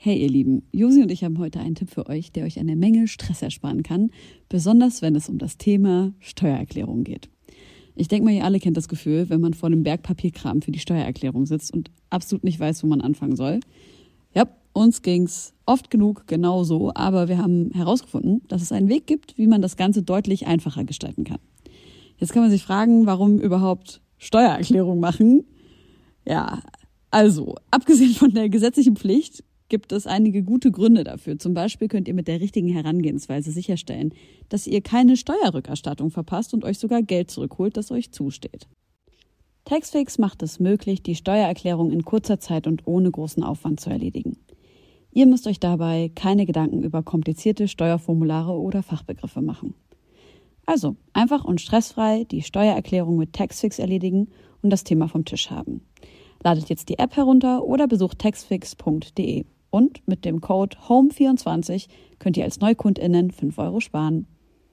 Hey ihr Lieben, Josi und ich haben heute einen Tipp für euch, der euch eine Menge Stress ersparen kann, besonders wenn es um das Thema Steuererklärung geht. Ich denke mal, ihr alle kennt das Gefühl, wenn man vor dem Berg Papierkram für die Steuererklärung sitzt und absolut nicht weiß, wo man anfangen soll. Ja, uns ging's oft genug genauso, aber wir haben herausgefunden, dass es einen Weg gibt, wie man das Ganze deutlich einfacher gestalten kann. Jetzt kann man sich fragen, warum überhaupt Steuererklärung machen? Ja, also, abgesehen von der gesetzlichen Pflicht gibt es einige gute Gründe dafür. Zum Beispiel könnt ihr mit der richtigen Herangehensweise sicherstellen, dass ihr keine Steuerrückerstattung verpasst und euch sogar Geld zurückholt, das euch zusteht. Taxfix macht es möglich, die Steuererklärung in kurzer Zeit und ohne großen Aufwand zu erledigen. Ihr müsst euch dabei keine Gedanken über komplizierte Steuerformulare oder Fachbegriffe machen. Also einfach und stressfrei die Steuererklärung mit Taxfix erledigen und das Thema vom Tisch haben. Ladet jetzt die App herunter oder besucht taxfix.de. Und mit dem Code HOME24 könnt ihr als NeukundInnen 5 € sparen.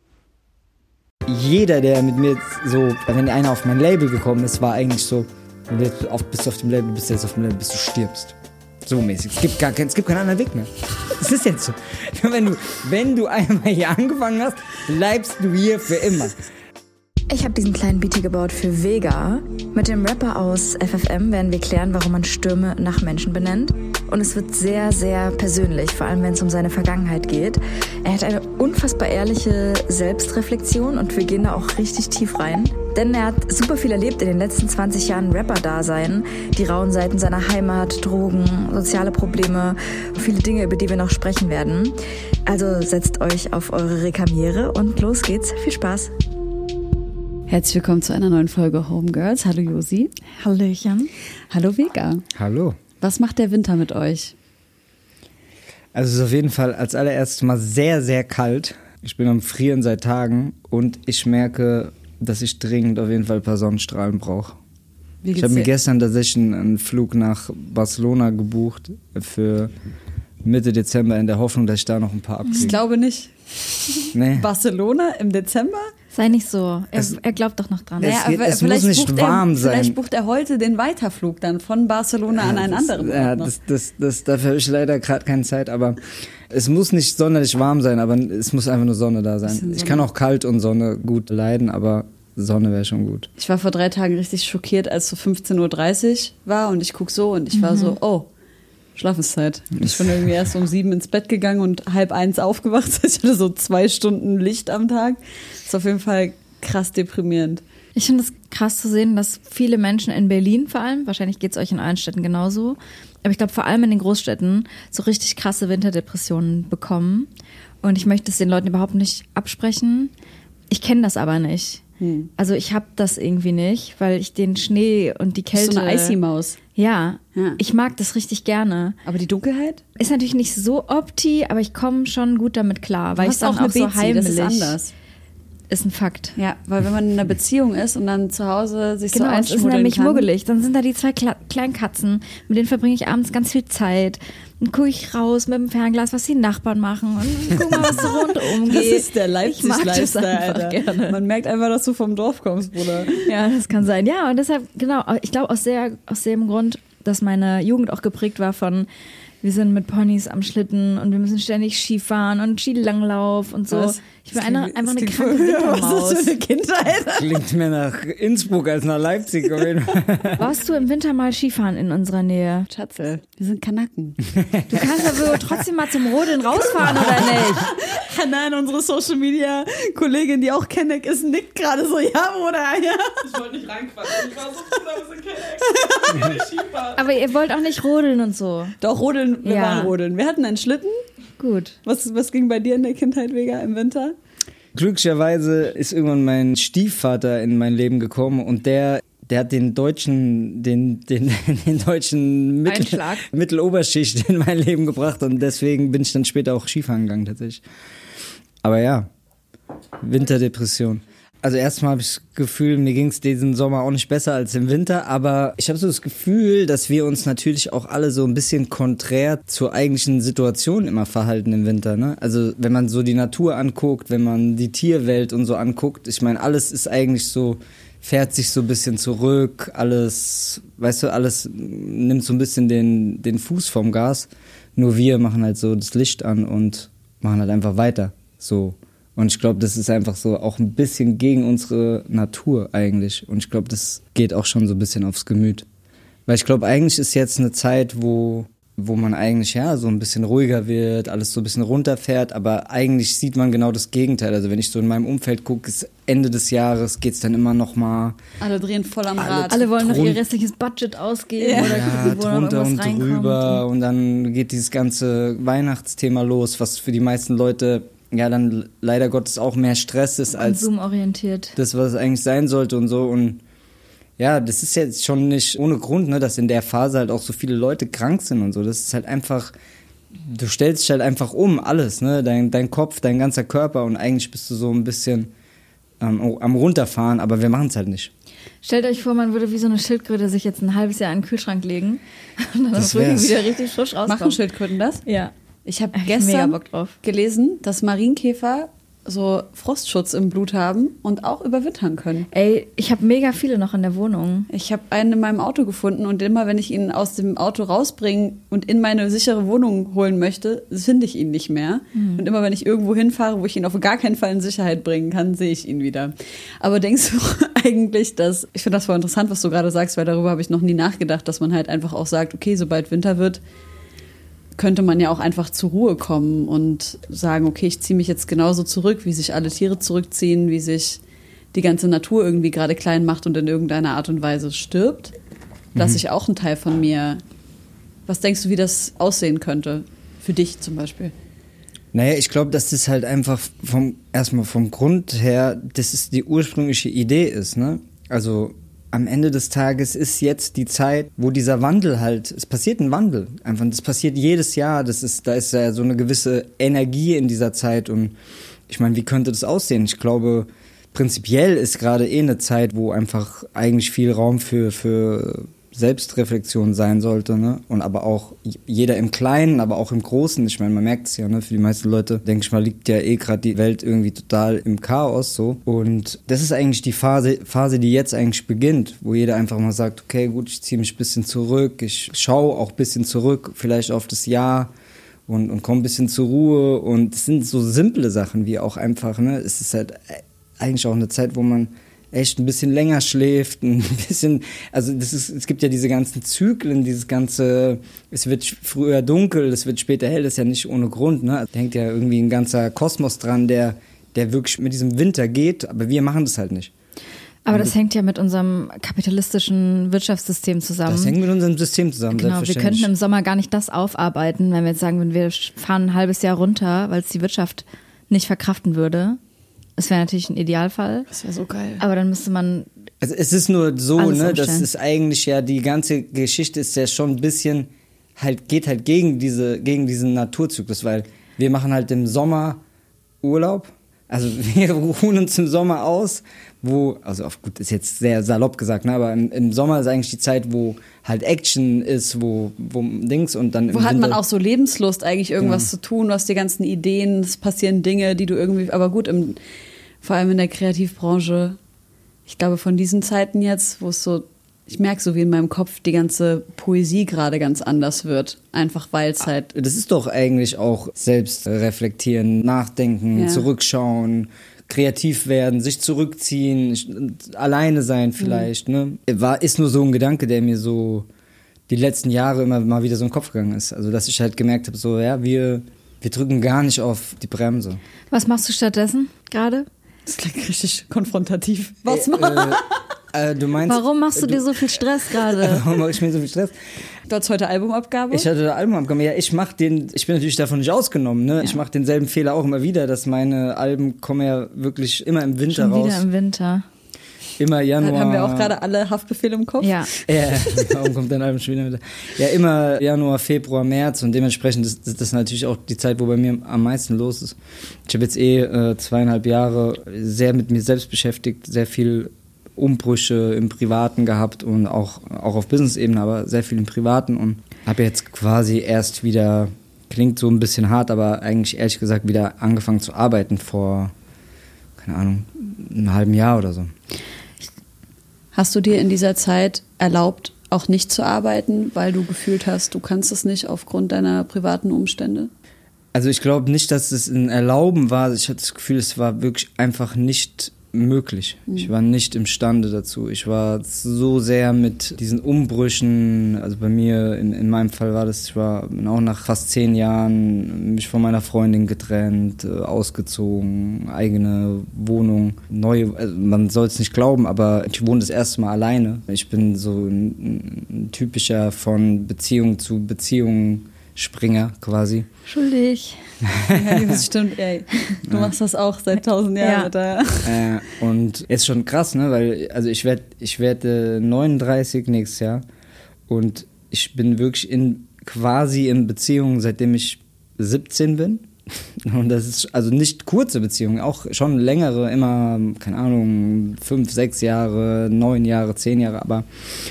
Jeder, der mit mir so, wenn einer auf mein Label gekommen ist, war eigentlich so, bist du auf dem Label, bist du jetzt auf dem Label, bis du stirbst. So mäßig. Es gibt keinen anderen Weg mehr. Es ist jetzt so. Wenn du einmal hier angefangen hast, bleibst du hier für immer. Ich habe diesen kleinen Beat gebaut für Vega. Mit dem Rapper aus FFM werden wir klären, warum man Stürme nach Menschen benennt. Und es wird sehr, sehr persönlich, vor allem wenn es um seine Vergangenheit geht. Er hat eine unfassbar ehrliche Selbstreflexion und wir gehen da auch richtig tief rein. Denn er hat super viel erlebt in den letzten 20 Jahren Rapper-Dasein. Die rauen Seiten seiner Heimat, Drogen, soziale Probleme, viele Dinge, über die wir noch sprechen werden. Also setzt euch auf eure Rekamiere und los geht's. Viel Spaß! Herzlich willkommen zu einer neuen Folge Homegirls. Hallo Josi. Hallöchen. Hallo Vega. Hallo. Was macht der Winter mit euch? Also es ist auf jeden Fall als allererstes mal sehr, sehr kalt. Ich bin am Frieren seit Tagen und ich merke, dass ich dringend auf jeden Fall ein paar Sonnenstrahlen brauche. Ich habe mir gestern tatsächlich einen Flug nach Barcelona gebucht für Mitte Dezember in der Hoffnung, dass ich da noch ein paar abkriege. Ich glaube nicht. Nee. Barcelona im Dezember? Sei nicht so. Er glaubt doch noch dran. Es muss nicht warm sein. Vielleicht bucht er heute den Weiterflug dann von Barcelona an einen anderen Ort. Ja, dafür habe ich leider gerade keine Zeit, aber es muss nicht sonderlich warm sein, aber es muss einfach nur Sonne da sein. Ich kann auch kalt und Sonne gut leiden, aber Sonne wäre schon gut. Ich war vor 3 Tagen richtig schockiert, als es so 15:30 Uhr war und ich gucke so und ich war so, oh, Schlafenszeit. Ich bin irgendwie erst um 7 ins Bett gegangen und 12:30 aufgewacht. Ich hatte so 2 Stunden Licht am Tag. Das ist auf jeden Fall krass deprimierend. Ich finde es krass zu sehen, dass viele Menschen in Berlin vor allem, wahrscheinlich geht es euch in allen Städten genauso, aber ich glaube vor allem in den Großstädten so richtig krasse Winterdepressionen bekommen. Und ich möchte es den Leuten überhaupt nicht absprechen. Ich kenne das aber nicht. Also ich habe das irgendwie nicht, weil ich den Schnee und die Kälte... So eine Icy-Maus. Ja, ich mag das richtig gerne. Aber die Dunkelheit? Ist natürlich nicht so opti, aber ich komme schon gut damit klar, weil ich dann auch so heimlich... Das ist anders. Ist ein Fakt. Ja, weil wenn man in einer Beziehung ist und dann zu Hause sich so einschmuddeln kann... Genau, es ist nämlich muggelig. Dann sind da die 2 kleinen Katzen, mit denen verbringe ich abends ganz viel Zeit. Dann gucke ich raus mit dem Fernglas, was die Nachbarn machen und guck mal, was so rundum geht. Das ist der Leipzig-Lifestyle, Alter. Gerne. Man merkt einfach, dass du vom Dorf kommst, Bruder. Ja, das kann sein. Ja, und deshalb, genau, ich glaube aus dem Grund, dass meine Jugend auch geprägt war von... Wir sind mit Ponys am Schlitten und wir müssen ständig Skifahren und Skilanglauf und so. Was? Ich bin einfach eine kranke Wintermaus. Was ist das für eine Kindheit? Klingt mehr nach Innsbruck als nach Leipzig. Warst du im Winter mal Skifahren in unserer Nähe? Schatze, wir sind Kanaken. Du kannst aber trotzdem mal zum Rodeln rausfahren, oder nicht? Nein, unsere Social-Media-Kollegin, die auch Kenneck ist, nickt gerade so, ja, Bruder, ja. Ich wollte nicht reinquatschen. Ich war so froh, dass wir sind Kenneck. Skifahren. Aber ihr wollt auch nicht rodeln und so. Doch, rodeln, wir waren rodeln. Wir hatten einen Schlitten. Gut. Was ging bei dir in der Kindheit, Vega, im Winter? Glücklicherweise ist irgendwann mein Stiefvater in mein Leben gekommen und der hat den deutschen Mitteloberschicht in mein Leben gebracht und deswegen bin ich dann später auch Skifahren gegangen tatsächlich. Aber ja, Winterdepression. Also erstmal habe ich das Gefühl, mir ging es diesen Sommer auch nicht besser als im Winter, aber ich habe so das Gefühl, dass wir uns natürlich auch alle so ein bisschen konträr zur eigentlichen Situation immer verhalten im Winter, ne? Also wenn man so die Natur anguckt, wenn man die Tierwelt und so anguckt, ich meine, alles ist eigentlich so fährt sich so ein bisschen zurück, alles, weißt du, alles nimmt so ein bisschen den Fuß vom Gas. Nur wir machen halt so das Licht an und machen halt einfach weiter, so. Und ich glaube, das ist einfach so auch ein bisschen gegen unsere Natur eigentlich. Und ich glaube, das geht auch schon so ein bisschen aufs Gemüt. Weil ich glaube, eigentlich ist jetzt eine Zeit, wo man eigentlich ja so ein bisschen ruhiger wird, alles so ein bisschen runterfährt, aber eigentlich sieht man genau das Gegenteil. Also wenn ich so in meinem Umfeld gucke, ist Ende des Jahres geht's dann immer noch mal. Alle drehen voll am Rad. Alle wollen noch ihr restliches Budget ausgeben oder gucken, wo noch drunter irgendwas und reinkommt. drüber und dann geht dieses ganze Weihnachtsthema los, was für die meisten Leute ja dann leider Gottes auch mehr Stress ist als konsumorientiert. das, was es eigentlich sein sollte und so. Und ja, das ist jetzt schon nicht ohne Grund, ne, dass in der Phase halt auch so viele Leute krank sind und so. Das ist halt einfach, du stellst dich halt einfach um, alles, ne, dein Kopf, dein ganzer Körper und eigentlich bist du so ein bisschen am Runterfahren, aber wir machen es halt nicht. Stellt euch vor, man würde wie so eine Schildkröte sich jetzt ein halbes Jahr in den Kühlschrank legen und dann Das im Frühling wär's. wieder richtig frisch rauskommt. Machen Schildkröten das? Ja. Ich habe Hab ich mega gestern Bock drauf. gelesen, dass Marienkäfer so Frostschutz im Blut haben und auch überwintern können. Ey, ich habe mega viele noch in der Wohnung. Ich habe einen in meinem Auto gefunden und immer, wenn ich ihn aus dem Auto rausbringen und in meine sichere Wohnung holen möchte, finde ich ihn nicht mehr. Und immer, wenn ich irgendwo hinfahre, wo ich ihn auf gar keinen Fall in Sicherheit bringen kann, sehe ich ihn wieder. Aber denkst du eigentlich, dass, ich finde das voll interessant, was du gerade sagst, weil darüber habe ich noch nie nachgedacht, dass man halt einfach auch sagt, okay, sobald Winter wird, könnte man ja auch einfach zur Ruhe kommen und sagen, okay, ich ziehe mich jetzt genauso zurück, wie sich alle Tiere zurückziehen, wie sich die ganze Natur irgendwie gerade klein macht und in irgendeiner Art und Weise stirbt. Lasse ich auch einen Teil von mir. Was denkst du, wie das aussehen könnte? Für dich zum Beispiel. Naja, ich glaube, dass das halt einfach erstmal vom Grund her, dass es die ursprüngliche Idee ist, ne? Also am Ende des Tages ist jetzt die Zeit, wo dieser Wandel halt, es passiert ein Wandel, einfach, das passiert jedes Jahr, da ist ja so eine gewisse Energie in dieser Zeit und ich meine, wie könnte das aussehen? Ich glaube, prinzipiell ist gerade eine Zeit, wo einfach eigentlich viel Raum für Selbstreflexion sein sollte, ne? Und aber auch jeder im Kleinen, aber auch im Großen. Ich meine, man merkt es ja, ne? Für die meisten Leute, denke ich mal, liegt ja gerade die Welt irgendwie total im Chaos so. Und das ist eigentlich die Phase, die jetzt eigentlich beginnt, wo jeder einfach mal sagt, okay, gut, ich ziehe mich ein bisschen zurück, ich schaue auch ein bisschen zurück, vielleicht auf das Jahr und komme ein bisschen zur Ruhe. Und es sind so simple Sachen wie auch einfach, ne? Es ist halt eigentlich auch eine Zeit, wo man echt ein bisschen länger schläft, ein bisschen, also es gibt ja diese ganzen Zyklen, dieses ganze, es wird früher dunkel, es wird später hell, das ist ja nicht ohne Grund, ne? Da hängt ja irgendwie ein ganzer Kosmos dran, der wirklich mit diesem Winter geht, aber wir machen das halt nicht. Aber das hängt ja mit unserem kapitalistischen Wirtschaftssystem zusammen. Das hängt mit unserem System zusammen, Genau, wir selbstverständlich. könnten im Sommer gar nicht das aufarbeiten, wenn wir jetzt sagen, wenn wir fahren ein halbes Jahr runter, weil es die Wirtschaft nicht verkraften würde. Das wäre natürlich ein Idealfall. Das wäre so geil. Aber dann müsste man. Also es ist nur so, Alles ne, das umstellen. ist eigentlich ja, die ganze Geschichte ist ja schon ein bisschen, geht halt gegen diesen Naturzyklus, weil wir machen halt im Sommer Urlaub, also wir ruhen uns im Sommer aus, gut, ist jetzt sehr salopp gesagt, ne, aber im Sommer ist eigentlich die Zeit, wo halt Action ist, wo Dings und dann Wo hat man auch so Lebenslust, eigentlich irgendwas zu tun, du hast die ganzen Ideen, es passieren Dinge, die du irgendwie, aber gut, vor allem in der Kreativbranche, ich glaube von diesen Zeiten jetzt, wo es so, ich merke so wie in meinem Kopf die ganze Poesie gerade ganz anders wird, einfach weil es halt... Das ist doch eigentlich auch selbst reflektieren, nachdenken, zurückschauen, kreativ werden, sich zurückziehen, alleine sein vielleicht, ne? Ist nur so ein Gedanke, der mir so die letzten Jahre immer mal wieder so in den Kopf gegangen ist. Also, dass ich halt gemerkt habe, so, ja, wir drücken gar nicht auf die Bremse. Was machst du stattdessen gerade? Das klingt richtig konfrontativ. Was machst Du meinst... Warum machst du dir so viel Stress gerade? Warum mache ich mir so viel Stress? du? Hast heute Albumabgabe? Ich hatte eine Albumabgabe. Ja, ich bin natürlich davon nicht ausgenommen, ne? Ja. Ich mache denselben Fehler auch immer wieder, dass meine Alben kommen ja wirklich immer im Winter Schon raus. wieder im Winter. Immer Januar. Haben wir auch gerade alle Haftbefehle im Kopf? Ja. Ja, warum kommt dein Album schon wieder? Ja, immer Januar, Februar, März und dementsprechend ist das natürlich auch die Zeit, wo bei mir am meisten los ist. Ich habe jetzt 2,5 Jahre sehr mit mir selbst beschäftigt, sehr viel Umbrüche im Privaten gehabt und auch auf Business-Ebene, aber sehr viel im Privaten und habe jetzt quasi erst wieder, klingt so ein bisschen hart, aber eigentlich ehrlich gesagt wieder angefangen zu arbeiten vor, keine Ahnung, einem halben Jahr oder so. Hast du dir in dieser Zeit erlaubt, auch nicht zu arbeiten, weil du gefühlt hast, du kannst es nicht aufgrund deiner privaten Umstände? Also ich glaube nicht, dass es ein Erlauben war. Ich hatte das Gefühl, es war wirklich einfach nicht möglich. Ich war nicht imstande dazu. Ich war so sehr mit diesen Umbrüchen, also bei mir, in meinem Fall war das, ich war auch nach fast 10 Jahren mich von meiner Freundin getrennt, ausgezogen, eigene Wohnung, neue, also man soll es nicht glauben, aber ich wohne das erste Mal alleine. Ich bin so ein typischer von Beziehung zu Beziehung Springer quasi. Schuldig. Ja, das stimmt, ey. Du machst das auch seit 1000 Jahren. Ja. Und ist schon krass, ne? Weil also ich werde 39 nächstes Jahr und ich bin wirklich quasi in Beziehung, seitdem ich 17 bin. Und das ist also nicht kurze Beziehungen, auch schon längere, immer, keine Ahnung, 5, 6 Jahre, 9 Jahre, 10 Jahre, aber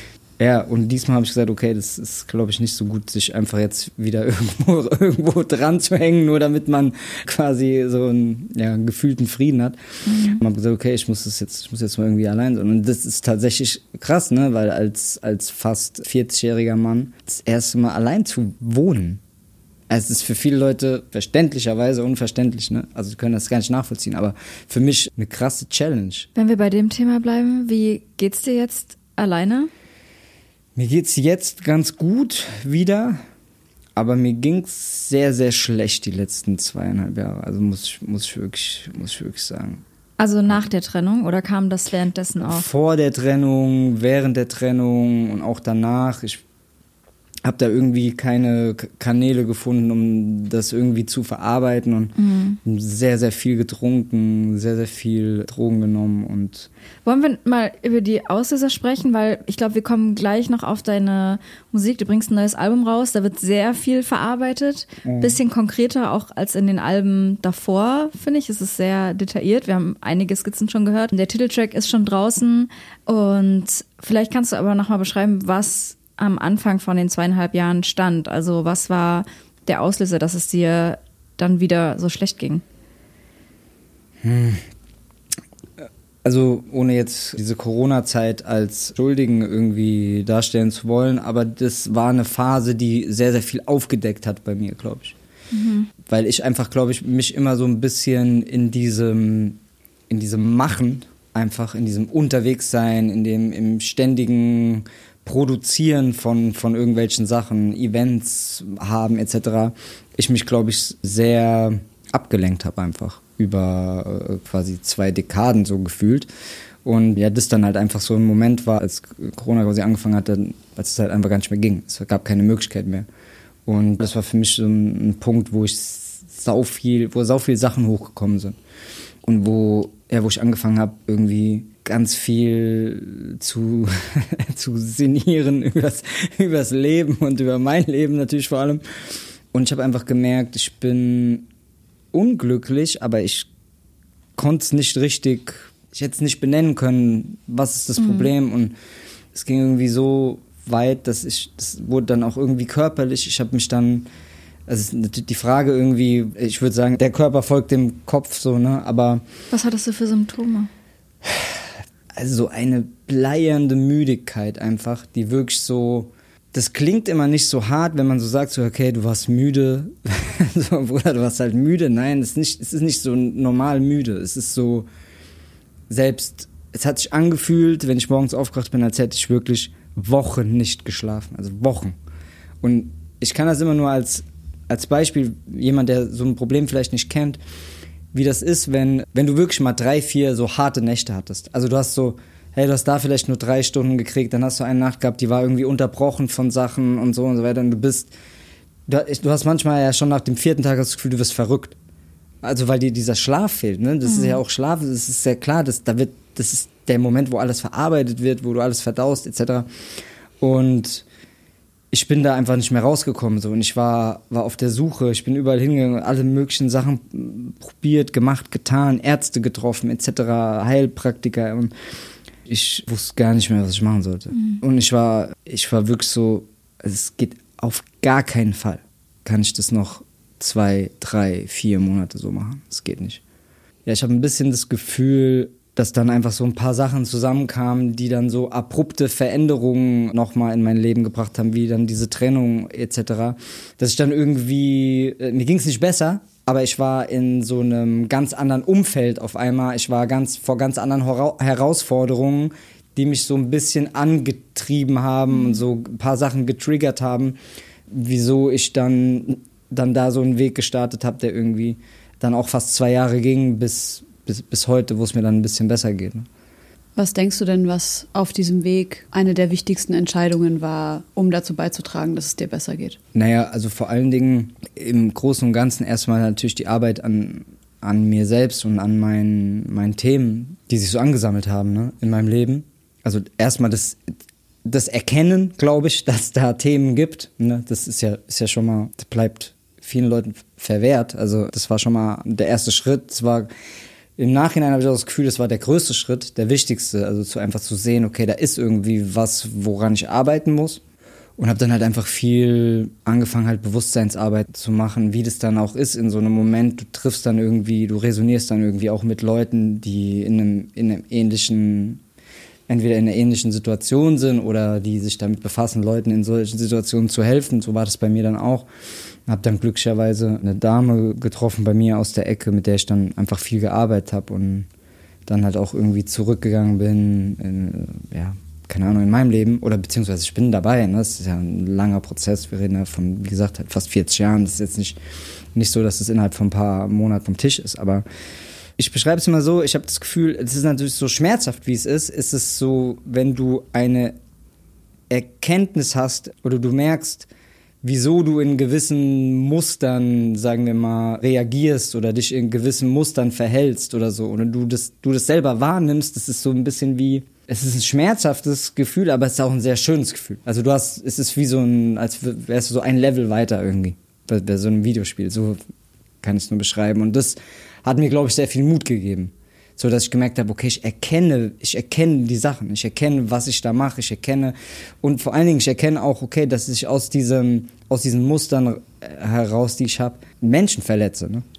ja, und diesmal habe ich gesagt, okay, das ist, glaube ich, nicht so gut, sich einfach jetzt wieder irgendwo dran zu hängen, nur damit man quasi so einen gefühlten Frieden hat. Ich habe gesagt, okay, ich muss jetzt mal irgendwie allein sein. Und das ist tatsächlich krass, ne, weil als fast 40-jähriger Mann das erste Mal allein zu wohnen. Es ist für viele Leute verständlicherweise unverständlich, ne? Also sie können das gar nicht nachvollziehen, aber für mich eine krasse Challenge. Wenn wir bei dem Thema bleiben, wie geht's dir jetzt alleine? Mir geht's jetzt ganz gut wieder, aber mir ging's sehr, sehr schlecht die letzten 2,5 Jahre. Also muss ich wirklich sagen. Also nach der Trennung oder kam das währenddessen auch? Vor der Trennung, während der Trennung und auch danach. Ich habe da irgendwie keine Kanäle gefunden, um das irgendwie zu verarbeiten und sehr, sehr viel getrunken, sehr, sehr viel Drogen genommen. Und wollen wir mal über die Auslöser sprechen, weil ich glaube, wir kommen gleich noch auf deine Musik. Du bringst ein neues Album raus, da wird sehr viel verarbeitet, bisschen konkreter auch als in den Alben davor, finde ich. Es ist sehr detailliert, wir haben einige Skizzen schon gehört. Der Titeltrack ist schon draußen und vielleicht kannst du aber nochmal beschreiben, was am Anfang von den 2,5 Jahren stand. Also was war der Auslöser, dass es dir dann wieder so schlecht ging? Also ohne jetzt diese Corona-Zeit als Schuldigen irgendwie darstellen zu wollen, aber das war eine Phase, die sehr, sehr viel aufgedeckt hat bei mir, glaube ich. Weil ich einfach, glaube ich, mich immer so ein bisschen in diesem Machen, einfach in diesem Unterwegssein, im ständigen Produzieren von irgendwelchen Sachen, Events haben etc. ich mich, glaube ich, sehr abgelenkt habe einfach über quasi 2 Dekaden so gefühlt. Und ja, das dann halt einfach so ein Moment war, als Corona quasi angefangen hat, als es halt einfach gar nicht mehr ging. Es gab keine Möglichkeit mehr. Und das war für mich so ein Punkt, wo sau viel Sachen hochgekommen sind. Und wo ich angefangen habe, irgendwie ganz viel zu sinnieren übers Leben und über mein Leben natürlich vor allem. Und ich habe einfach gemerkt, ich bin unglücklich, aber ich konnte es nicht richtig, ich hätte es nicht benennen können, was ist das Problem. Und es ging irgendwie so weit, das wurde dann auch irgendwie körperlich. Ich habe mich dann, also die Frage irgendwie, ich würde sagen, der Körper folgt dem Kopf so, ne, aber... Was hattest du für Symptome? Also so eine bleiernde Müdigkeit einfach, die wirklich so, das klingt immer nicht so hart, wenn man so sagt, so okay, du warst müde, so, Bruder, du warst halt müde. Nein, es ist nicht so normal müde, es ist so, selbst, es hat sich angefühlt, wenn ich morgens aufgewacht bin, als hätte ich wirklich Wochen nicht geschlafen, also Wochen. Und ich kann das immer nur als Beispiel, jemand, der so ein Problem vielleicht nicht kennt, wie das ist, wenn du wirklich mal 3, 4 so harte Nächte hattest. Also du hast so, hey, du hast da vielleicht nur 3 Stunden gekriegt, dann hast du eine Nacht gehabt, die war irgendwie unterbrochen von Sachen und so weiter. Und du hast manchmal ja schon nach dem 4. Tag das Gefühl, du wirst verrückt. Also weil dir dieser Schlaf fehlt, ne? Das ist ja auch Schlaf, das ist sehr klar, das ist der Moment, wo alles verarbeitet wird, wo du alles verdaust, etc. Und ich bin da einfach nicht mehr rausgekommen. So. Und ich war auf der Suche, ich bin überall hingegangen, alle möglichen Sachen probiert, gemacht, getan, Ärzte getroffen, etc., Heilpraktiker. Und ich wusste gar nicht mehr, was ich machen sollte. Und ich war wirklich so, also es geht auf gar keinen Fall, kann ich das noch 2, 3, 4 Monate so machen. Es geht nicht. Ja, ich habe ein bisschen das Gefühl, dass dann einfach so ein paar Sachen zusammenkamen, die dann so abrupte Veränderungen nochmal in mein Leben gebracht haben, wie dann diese Trennung etc. Dass ich dann irgendwie, mir ging es nicht besser, aber ich war in so einem ganz anderen Umfeld auf einmal. Ich war vor ganz anderen Herausforderungen, die mich so ein bisschen angetrieben haben und so ein paar Sachen getriggert haben, wieso ich dann da so einen Weg gestartet habe, der irgendwie dann auch fast 2 Jahre ging, bis heute, wo es mir dann ein bisschen besser geht. Was denkst du denn, was auf diesem Weg eine der wichtigsten Entscheidungen war, um dazu beizutragen, dass es dir besser geht? Naja, also vor allen Dingen im Großen und Ganzen erstmal natürlich die Arbeit an mir selbst und an meinen Themen, die sich so angesammelt haben, ne, in meinem Leben. Also erstmal das Erkennen, glaube ich, dass da Themen gibt. Ne, das ist ja schon mal, das bleibt vielen Leuten verwehrt. Also das war schon mal der erste Schritt. Im Nachhinein habe ich auch das Gefühl, das war der größte Schritt, der wichtigste. Also einfach zu sehen, okay, da ist irgendwie was, woran ich arbeiten muss. Und habe dann halt einfach viel angefangen, halt Bewusstseinsarbeit zu machen, wie das dann auch ist in so einem Moment. Du resonierst dann irgendwie auch mit Leuten, die entweder in einer ähnlichen Situation sind oder die sich damit befassen, Leuten in solchen Situationen zu helfen. So war das bei mir dann auch. Habe dann glücklicherweise eine Dame getroffen bei mir aus der Ecke, mit der ich dann einfach viel gearbeitet habe und dann halt auch irgendwie zurückgegangen bin, keine Ahnung, in meinem Leben, oder beziehungsweise ich bin dabei, ne? Das ist ja ein langer Prozess, wir reden ja von, wie gesagt, halt fast 40 Jahren, das ist jetzt nicht so, dass es innerhalb von ein paar Monaten vom Tisch ist, aber ich beschreibe es immer so, ich habe das Gefühl, es ist natürlich so schmerzhaft, wie es ist es so, wenn du eine Erkenntnis hast oder du merkst, wieso du in gewissen Mustern, sagen wir mal, reagierst oder dich in gewissen Mustern verhältst oder so, und du das selber wahrnimmst, das ist so ein bisschen wie, es ist ein schmerzhaftes Gefühl, aber es ist auch ein sehr schönes Gefühl. Also es ist wie so als wärst du so ein Level weiter irgendwie bei so einem Videospiel, so kann ich es nur beschreiben, und das hat mir, glaube ich, sehr viel Mut gegeben. So, dass ich gemerkt habe, okay, ich erkenne die Sachen, ich erkenne, was ich da mache, und vor allen Dingen, ich erkenne auch, okay, dass ich aus diesen Mustern heraus, die ich habe, Menschen verletze. Ne?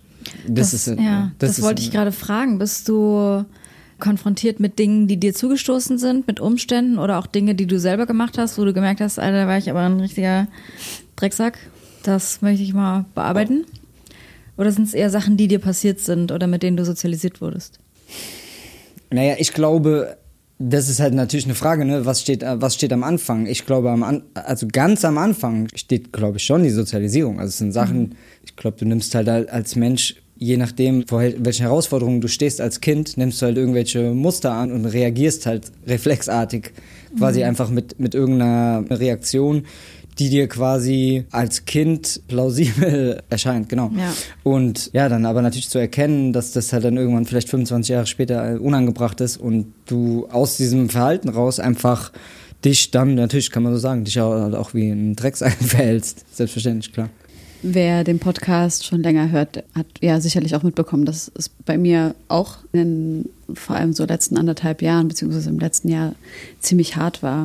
Das wollte ich gerade fragen. Bist du konfrontiert mit Dingen, die dir zugestoßen sind, mit Umständen oder auch Dinge, die du selber gemacht hast, wo du gemerkt hast, Alter, da war ich aber ein richtiger Drecksack, das möchte ich mal bearbeiten? Oder sind es eher Sachen, die dir passiert sind oder mit denen du sozialisiert wurdest? Naja, ich glaube, das ist halt natürlich eine Frage, ne? Was steht am Anfang? Ich glaube, also ganz am Anfang steht, glaube ich, schon die Sozialisierung. Also es sind Sachen, ich glaube, du nimmst halt als Mensch, je nachdem, vor welchen Herausforderungen du stehst als Kind, nimmst du halt irgendwelche Muster an und reagierst halt reflexartig, quasi einfach mit irgendeiner Reaktion, die dir quasi als Kind plausibel erscheint, genau. Ja. Und ja, dann aber natürlich zu erkennen, dass das halt dann irgendwann vielleicht 25 Jahre später unangebracht ist und du aus diesem Verhalten raus einfach dich dann, natürlich kann man so sagen, dich auch wie ein Drecksack verhältst. Selbstverständlich, klar. Wer den Podcast schon länger hört, hat ja sicherlich auch mitbekommen, dass es bei mir auch vor allem so letzten 1,5 Jahren, beziehungsweise im letzten Jahr ziemlich hart war.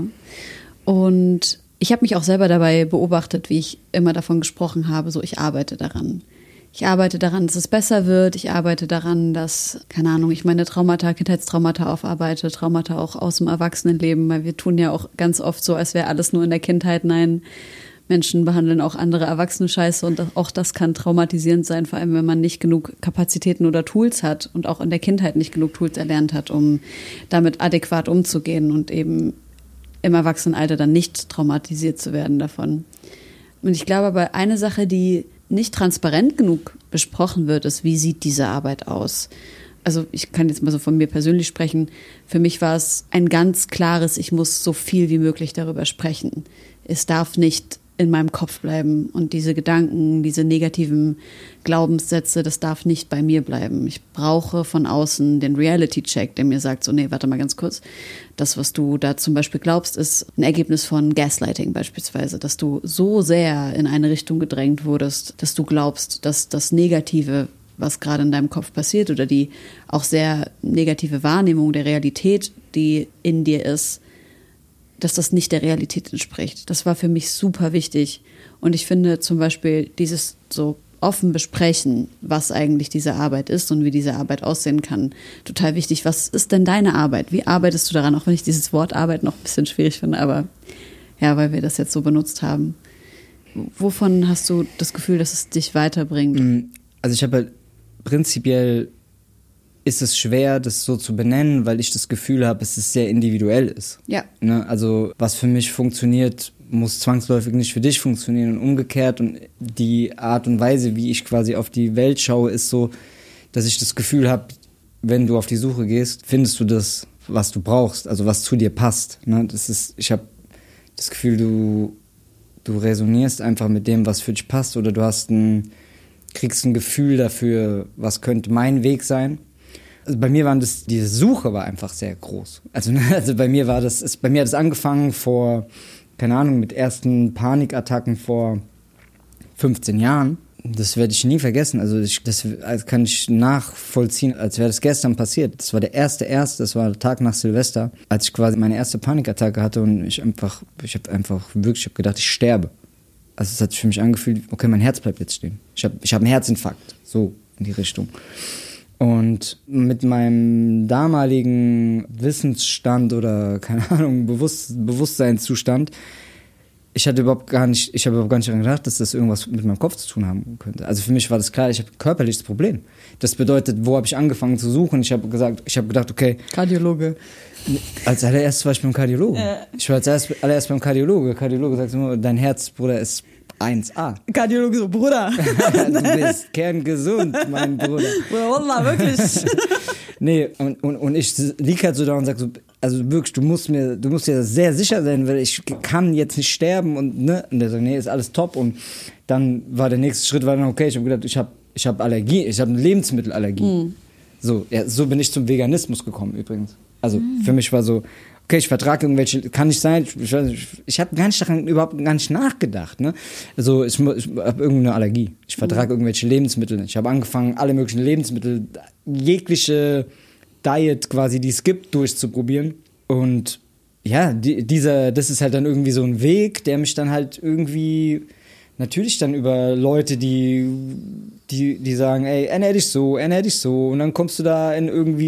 Und ich habe mich auch selber dabei beobachtet, wie ich immer davon gesprochen habe, so ich arbeite daran. Ich arbeite daran, dass es besser wird. Ich arbeite daran, dass, keine Ahnung, ich meine Kindheitstraumata aufarbeite, Traumata auch aus dem Erwachsenenleben, weil wir tun ja auch ganz oft so, als wäre alles nur in der Kindheit. Nein, Menschen behandeln auch andere Erwachsene scheiße und auch das kann traumatisierend sein, vor allem wenn man nicht genug Kapazitäten oder Tools hat und auch in der Kindheit nicht genug Tools erlernt hat, um damit adäquat umzugehen und eben im Erwachsenenalter dann nicht traumatisiert zu werden davon. Und ich glaube aber, eine Sache, die nicht transparent genug besprochen wird, ist, wie sieht diese Arbeit aus? Also ich kann jetzt mal so von mir persönlich sprechen. Für mich war es ein ganz klares, ich muss so viel wie möglich darüber sprechen. Es darf nicht in meinem Kopf bleiben und diese Gedanken, diese negativen Glaubenssätze, das darf nicht bei mir bleiben. Ich brauche von außen den Reality-Check, der mir sagt, so nee, warte mal ganz kurz, das, was du da zum Beispiel glaubst, ist ein Ergebnis von Gaslighting beispielsweise, dass du so sehr in eine Richtung gedrängt wurdest, dass du glaubst, dass das Negative, was gerade in deinem Kopf passiert oder die auch sehr negative Wahrnehmung der Realität, die in dir ist, dass das nicht der Realität entspricht. Das war für mich super wichtig. Und ich finde zum Beispiel dieses so offen besprechen, was eigentlich diese Arbeit ist und wie diese Arbeit aussehen kann, total wichtig. Was ist denn deine Arbeit? Wie arbeitest du daran? Auch wenn ich dieses Wort Arbeit noch ein bisschen schwierig finde, aber ja, weil wir das jetzt so benutzt haben. Wovon hast du das Gefühl, dass es dich weiterbringt? Also ich habe halt prinzipiell ist es schwer, das so zu benennen, weil ich das Gefühl habe, dass es sehr individuell ist. Ja. Ne? Also was für mich funktioniert, muss zwangsläufig nicht für dich funktionieren und umgekehrt. Und die Art und Weise, wie ich quasi auf die Welt schaue, ist so, dass ich das Gefühl habe, wenn du auf die Suche gehst, findest du das, was du brauchst, also was zu dir passt. Ne? Ich habe das Gefühl, du resonierst einfach mit dem, was für dich passt, oder du kriegst ein Gefühl dafür, was könnte mein Weg sein. Also bei mir diese Suche war einfach sehr groß. Also bei mir hat das angefangen vor, keine Ahnung, mit ersten Panikattacken vor 15 Jahren. Das werde ich nie vergessen. Also das kann ich nachvollziehen, als wäre das gestern passiert. Das war das war der Tag nach Silvester, als ich quasi meine erste Panikattacke hatte und ich habe gedacht, ich sterbe. Also es hat sich für mich angefühlt, okay, mein Herz bleibt jetzt stehen. Ich hab einen Herzinfarkt, so in die Richtung. Und mit meinem damaligen Wissensstand oder, keine Ahnung, Bewusstseinszustand, ich habe überhaupt gar nicht daran gedacht, dass das irgendwas mit meinem Kopf zu tun haben könnte. Also für mich war das klar, ich habe ein körperliches Problem. Das bedeutet, wo habe ich angefangen zu suchen? Ich habe gedacht, okay. Kardiologe. Als allererstes war ich beim Kardiologen. Ich war als allererst beim Kardiologe. Kardiologe sagt immer, dein Herz, Bruder, ist 1A. Kardiologe so, Bruder. Du bist kerngesund, mein Bruder. Bruder, Wallah, wirklich. Nee, und ich lieg halt so da und sag so, also wirklich, du musst dir sehr sicher sein, weil ich kann jetzt nicht sterben und ne. Und der sagt, nee, ist alles top. Und dann war der nächste Schritt, okay, ich habe gedacht, ich habe Allergie, ich habe eine Lebensmittelallergie. So bin ich zum Veganismus gekommen übrigens. Also für mich war so, okay, ich vertrage irgendwelche, kann nicht sein, ich habe überhaupt gar nicht nachgedacht. Ne? Also ich habe irgendeine Allergie, ich vertrage irgendwelche Lebensmittel. Ich habe angefangen, alle möglichen Lebensmittel, jegliche Diet quasi, die es gibt, durchzuprobieren. Und ja, das ist halt dann irgendwie so ein Weg, der mich dann halt irgendwie, natürlich dann über Leute, die sagen, ey, ernähr dich so, und dann kommst du da an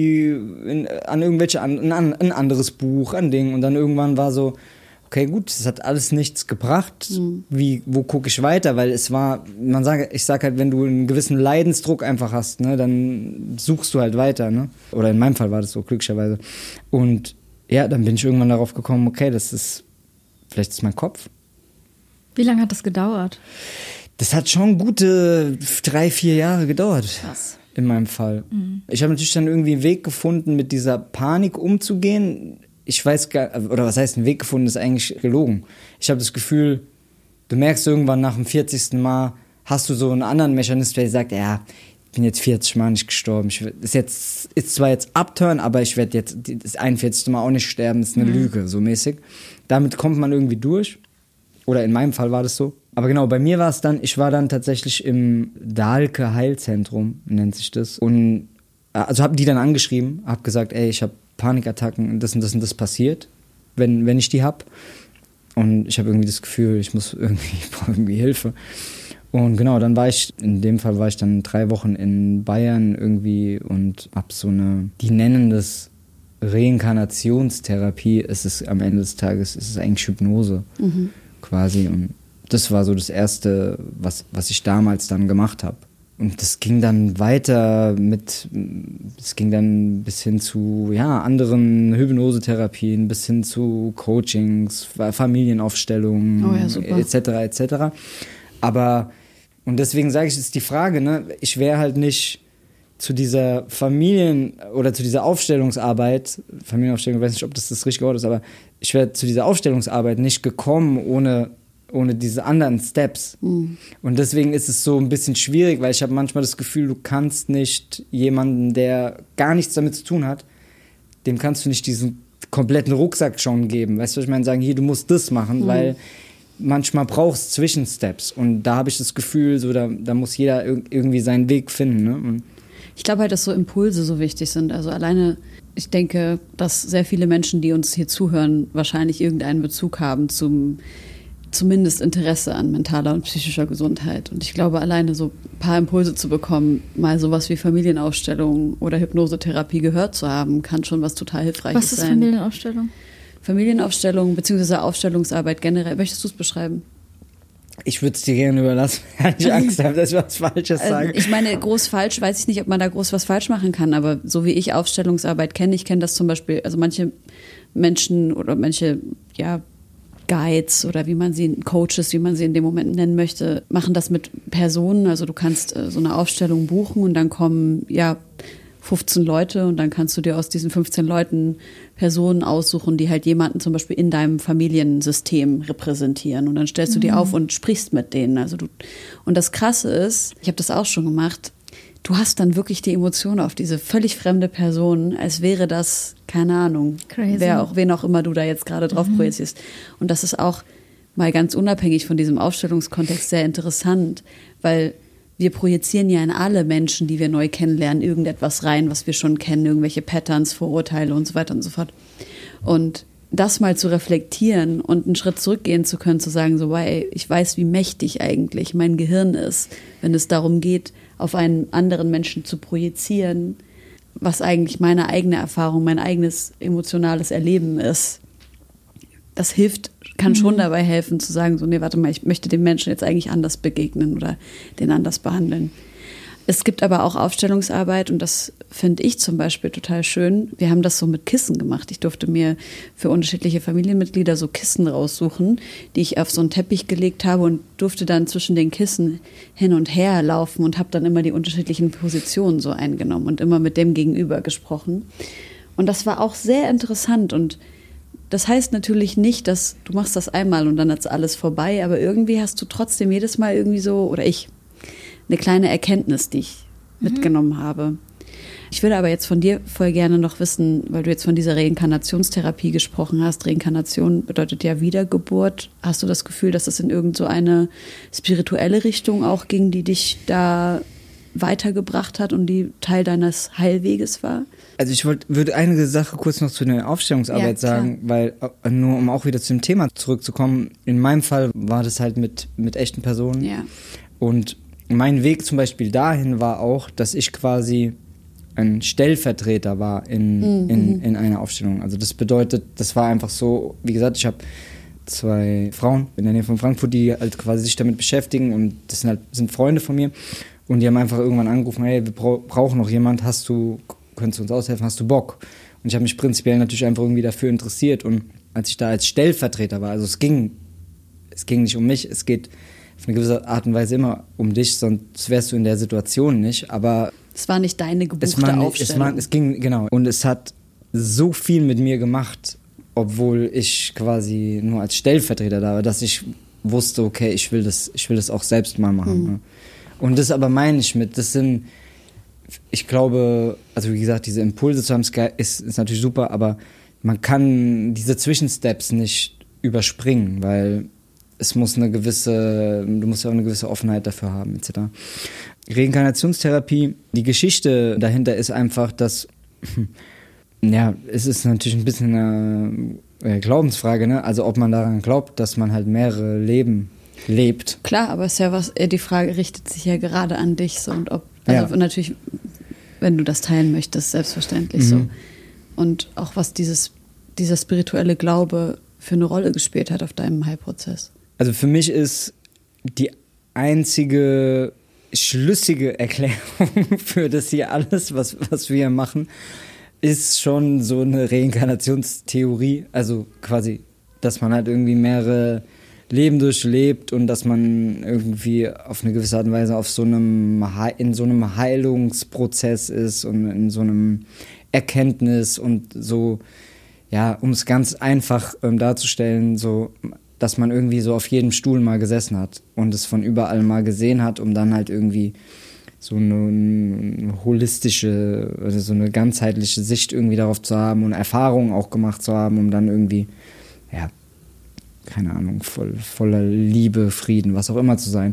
ein anderes Buch, an Ding, und dann irgendwann war so, okay, gut, das hat alles nichts gebracht, wo gucke ich weiter, weil ich sag halt, wenn du einen gewissen Leidensdruck einfach hast, ne, dann suchst du halt weiter, ne, oder in meinem Fall war das so, glücklicherweise, und ja, dann bin ich irgendwann darauf gekommen, okay, vielleicht ist mein Kopf. Wie lange hat das gedauert? Das hat schon gute 3-4 Jahre gedauert. Krass. In meinem Fall. Ich habe natürlich dann irgendwie einen Weg gefunden, mit dieser Panik umzugehen. Ich weiß gar nicht, oder was heißt ein Weg gefunden, ist eigentlich gelogen. Ich habe das Gefühl, du merkst irgendwann nach dem 40. Mal, hast du so einen anderen Mechanismus, der sagt, ja, ich bin jetzt 40 Mal nicht gestorben. Ist zwar jetzt Upturn, aber ich werde jetzt das 41. Mal auch nicht sterben, das ist eine Lüge, so mäßig. Damit kommt man irgendwie durch. Oder in meinem Fall war das so. Aber genau, bei mir war es dann, ich war dann tatsächlich im Dahlke Heilzentrum, nennt sich das. Und also habe die dann angeschrieben, habe gesagt, ey, ich habe Panikattacken und das passiert, wenn ich die habe. Und ich habe irgendwie das Gefühl, ich brauche irgendwie Hilfe. Und genau, dann in dem Fall war ich dann 3 Wochen in Bayern irgendwie und habe die nennen das Reinkarnationstherapie. Am Ende des Tages ist es eigentlich Hypnose. Quasi, und das war so das Erste, was ich damals dann gemacht habe. Und das ging dann weiter bis hin zu anderen Hypnosetherapien, bis hin zu Coachings, Familienaufstellungen, etc. Aber, und deswegen sage ich, ist die Frage, ne, ich wäre halt nicht zu dieser zu dieser Aufstellungsarbeit, Familienaufstellung, ich weiß nicht, ob das richtige Wort ist, aber ich wäre zu dieser Aufstellungsarbeit nicht gekommen ohne diese anderen Steps. Und deswegen ist es so ein bisschen schwierig, weil ich habe manchmal das Gefühl, du kannst nicht jemanden, der gar nichts damit zu tun hat, dem kannst du nicht diesen kompletten Rucksack schon geben. Weißt du, was ich meine? Sagen, hier, du musst das machen, weil manchmal brauchst du Zwischensteps. Und da habe ich das Gefühl, so da muss jeder irgendwie seinen Weg finden. Ne? Und ich glaube halt, dass so Impulse so wichtig sind. Also alleine, ich denke, dass sehr viele Menschen, die uns hier zuhören, wahrscheinlich irgendeinen Bezug haben zum zumindest Interesse an mentaler und psychischer Gesundheit. Und ich glaube, alleine so ein paar Impulse zu bekommen, mal sowas wie Familienaufstellung oder Hypnosetherapie gehört zu haben, kann schon was total Hilfreiches sein. Was ist Familienaufstellung? Familienaufstellung bzw. Aufstellungsarbeit generell. Möchtest du es beschreiben? Ich würde es dir gerne überlassen, weil ich Angst habe, dass ich was Falsches sage. Ich meine, groß falsch, weiß ich nicht, ob man da groß was falsch machen kann, aber so wie ich Aufstellungsarbeit kenne, ich kenne das zum Beispiel, also manche Menschen oder manche, ja, Guides oder wie man sie, Coaches, wie man sie in dem Moment nennen möchte, machen das mit Personen. Also du kannst so eine Aufstellung buchen und dann kommen, ja, 15 Leute und dann kannst du dir aus diesen 15 Leuten Personen aussuchen, die halt jemanden zum Beispiel in deinem Familiensystem repräsentieren und dann stellst du die auf und sprichst mit denen. Und das Krasse ist, ich habe das auch schon gemacht, du hast dann wirklich die Emotionen auf diese völlig fremde Person, als wäre das, keine Ahnung, wen auch immer du da jetzt gerade drauf projizierst. Und das ist auch mal ganz unabhängig von diesem Aufstellungskontext sehr interessant, weil wir projizieren ja in alle Menschen, die wir neu kennenlernen, irgendetwas rein, was wir schon kennen, irgendwelche Patterns, Vorurteile und so weiter und so fort. Und das mal zu reflektieren und einen Schritt zurückgehen zu können, zu sagen, so, wow, ich weiß, wie mächtig eigentlich mein Gehirn ist, wenn es darum geht, auf einen anderen Menschen zu projizieren, was eigentlich meine eigene Erfahrung, mein eigenes emotionales Erleben ist. Das kann schon dabei helfen zu sagen, so, nee, warte mal, ich möchte dem Menschen jetzt eigentlich anders begegnen oder den anders behandeln. Es gibt aber auch Aufstellungsarbeit und das finde ich zum Beispiel total schön. Wir haben das so mit Kissen gemacht. Ich durfte mir für unterschiedliche Familienmitglieder so Kissen raussuchen, die ich auf so einen Teppich gelegt habe und durfte dann zwischen den Kissen hin und her laufen und habe dann immer die unterschiedlichen Positionen so eingenommen und immer mit dem Gegenüber gesprochen. Und das war auch sehr interessant und das heißt natürlich nicht, dass du machst das einmal und dann ist alles vorbei, aber irgendwie hast du trotzdem jedes Mal irgendwie so, oder ich, eine kleine Erkenntnis, die ich mitgenommen habe. Ich würde aber jetzt von dir voll gerne noch wissen, weil du jetzt von dieser Reinkarnationstherapie gesprochen hast. Reinkarnation bedeutet ja Wiedergeburt. Hast du das Gefühl, dass es in irgend so eine spirituelle Richtung auch ging, die dich da weitergebracht hat und die Teil deines Heilweges war? Also ich würde eine Sache kurz noch zu der Aufstellungsarbeit sagen, weil nur um auch wieder zum Thema zurückzukommen, in meinem Fall war das halt mit echten Personen. Ja. Und mein Weg zum Beispiel dahin war auch, dass ich quasi ein Stellvertreter war in einer Aufstellung. Also das bedeutet, das war einfach so, wie gesagt, ich habe 2 Frauen in der Nähe von Frankfurt, die halt quasi sich damit beschäftigen und das sind Freunde von mir und die haben einfach irgendwann angerufen, hey, wir brauchen noch jemand, könntest du uns aushelfen, hast du Bock? Und ich habe mich prinzipiell natürlich einfach irgendwie dafür interessiert und als ich da als Stellvertreter war, also es ging nicht um mich, es geht auf eine gewisse Art und Weise immer um dich, sonst wärst du in der Situation nicht, aber es war nicht deine gebuchte Aufstellung. Es ging, genau. Und es hat so viel mit mir gemacht, obwohl ich quasi nur als Stellvertreter da war, dass ich wusste, okay, ich will das auch selbst mal machen. Ne? Und das aber meine ich mit, ich glaube, also wie gesagt, diese Impulse zu haben, ist natürlich super, aber man kann diese Zwischensteps nicht überspringen, weil du musst ja auch eine gewisse Offenheit dafür haben, etc. Reinkarnationstherapie, die Geschichte dahinter ist einfach, dass, ja, es ist natürlich ein bisschen eine Glaubensfrage, ne? Also ob man daran glaubt, dass man halt mehrere Leben lebt. Klar, aber ist ja die Frage richtet sich ja gerade an dich so und natürlich, wenn du das teilen möchtest, selbstverständlich so. Und auch was dieser spirituelle Glaube für eine Rolle gespielt hat auf deinem Heilprozess. Also für mich ist die einzige schlüssige Erklärung für das hier alles, was wir machen, ist schon so eine Reinkarnationstheorie. Also quasi, dass man halt irgendwie mehrere Leben durchlebt und dass man irgendwie auf eine gewisse Art und Weise in so einem Heilungsprozess ist und in so einem Erkenntnis und so, ja, um es ganz einfach darzustellen, so, dass man irgendwie so auf jedem Stuhl mal gesessen hat und es von überall mal gesehen hat, um dann halt irgendwie so eine holistische oder so eine ganzheitliche Sicht irgendwie darauf zu haben und Erfahrungen auch gemacht zu haben, um dann irgendwie, ja, keine Ahnung, voller Liebe, Frieden, was auch immer zu sein.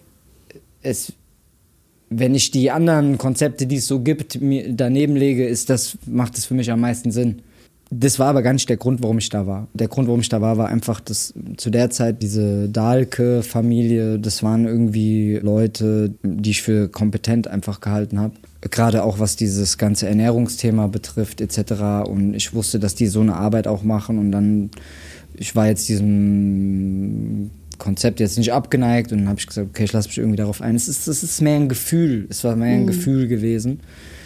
Wenn ich die anderen Konzepte, die es so gibt, mir daneben lege, macht es für mich am meisten Sinn. Das war aber gar nicht der Grund, warum ich da war. Der Grund, warum ich da war, war einfach, dass zu der Zeit diese Dahlke-Familie, das waren irgendwie Leute, die ich für kompetent einfach gehalten habe. Gerade auch was dieses ganze Ernährungsthema betrifft etc. Und ich wusste, dass die so eine Arbeit auch machen. Und dann, ich war jetzt diesem Konzept jetzt nicht abgeneigt. Und dann habe ich gesagt, okay, ich lasse mich irgendwie darauf ein. Es ist mehr ein Gefühl. Es war mehr ein Gefühl gewesen.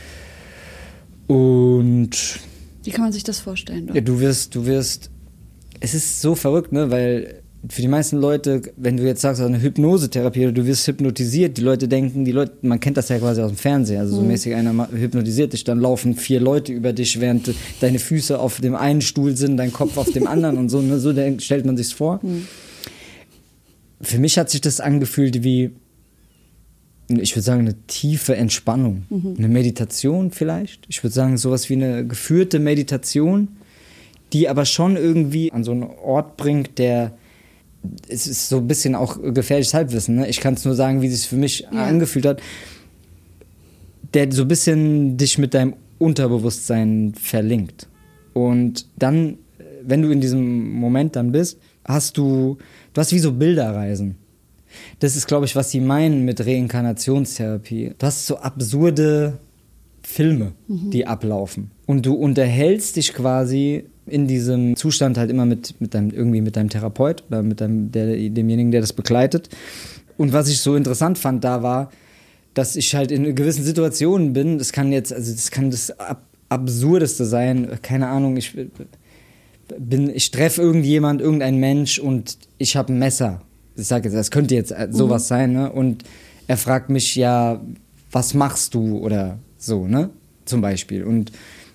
Und wie kann man sich das vorstellen? ja, du wirst, es ist so verrückt, ne, weil für die meisten Leute, wenn du jetzt sagst, eine Hypnosetherapie oder du wirst hypnotisiert, die Leute denken, man kennt das ja quasi aus dem Fernsehen, also so mäßig einer hypnotisiert dich, dann laufen 4 Leute über dich, während deine Füße auf dem einen Stuhl sind, dein Kopf auf dem anderen und so, ne, so stellt man sich's vor. Für mich hat sich das angefühlt wie, ich würde sagen, eine tiefe Entspannung. Eine Meditation vielleicht. Ich würde sagen, sowas wie eine geführte Meditation, die aber schon irgendwie an so einen Ort bringt, es ist so ein bisschen auch gefährliches Halbwissen, ne? Ich kann es nur sagen, wie es sich für mich angefühlt hat, der so ein bisschen dich mit deinem Unterbewusstsein verlinkt. Und dann, wenn du in diesem Moment dann bist, hast du hast wie so Bilderreisen. Das ist, glaube ich, was sie meinen mit Reinkarnationstherapie. Du hast so absurde Filme, die ablaufen. Und du unterhältst dich quasi in diesem Zustand halt immer mit deinem Therapeut oder mit demjenigen, der das begleitet. Und was ich so interessant fand da war, dass ich halt in gewissen Situationen bin, das kann das Absurdeste sein, keine Ahnung, ich treffe irgendeinen Mensch und ich habe ein Messer. Ich sage jetzt, das könnte jetzt sowas sein, ne? Und er fragt mich ja, was machst du oder so, ne? Zum Beispiel. Und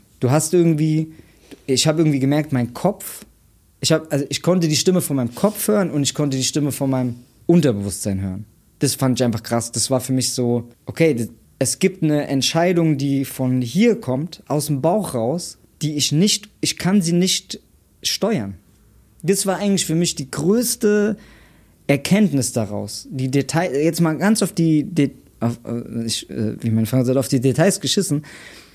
ich habe irgendwie gemerkt, mein Kopf, ich konnte die Stimme von meinem Kopf hören und ich konnte die Stimme von meinem Unterbewusstsein hören. Das fand ich einfach krass. Das war für mich so, okay, es gibt eine Entscheidung, die von hier kommt, aus dem Bauch raus, ich kann sie nicht steuern. Das war eigentlich für mich die größte Erkenntnis daraus. Die Details, jetzt mal ganz auf wie mein Vater sagt, auf die Details geschissen.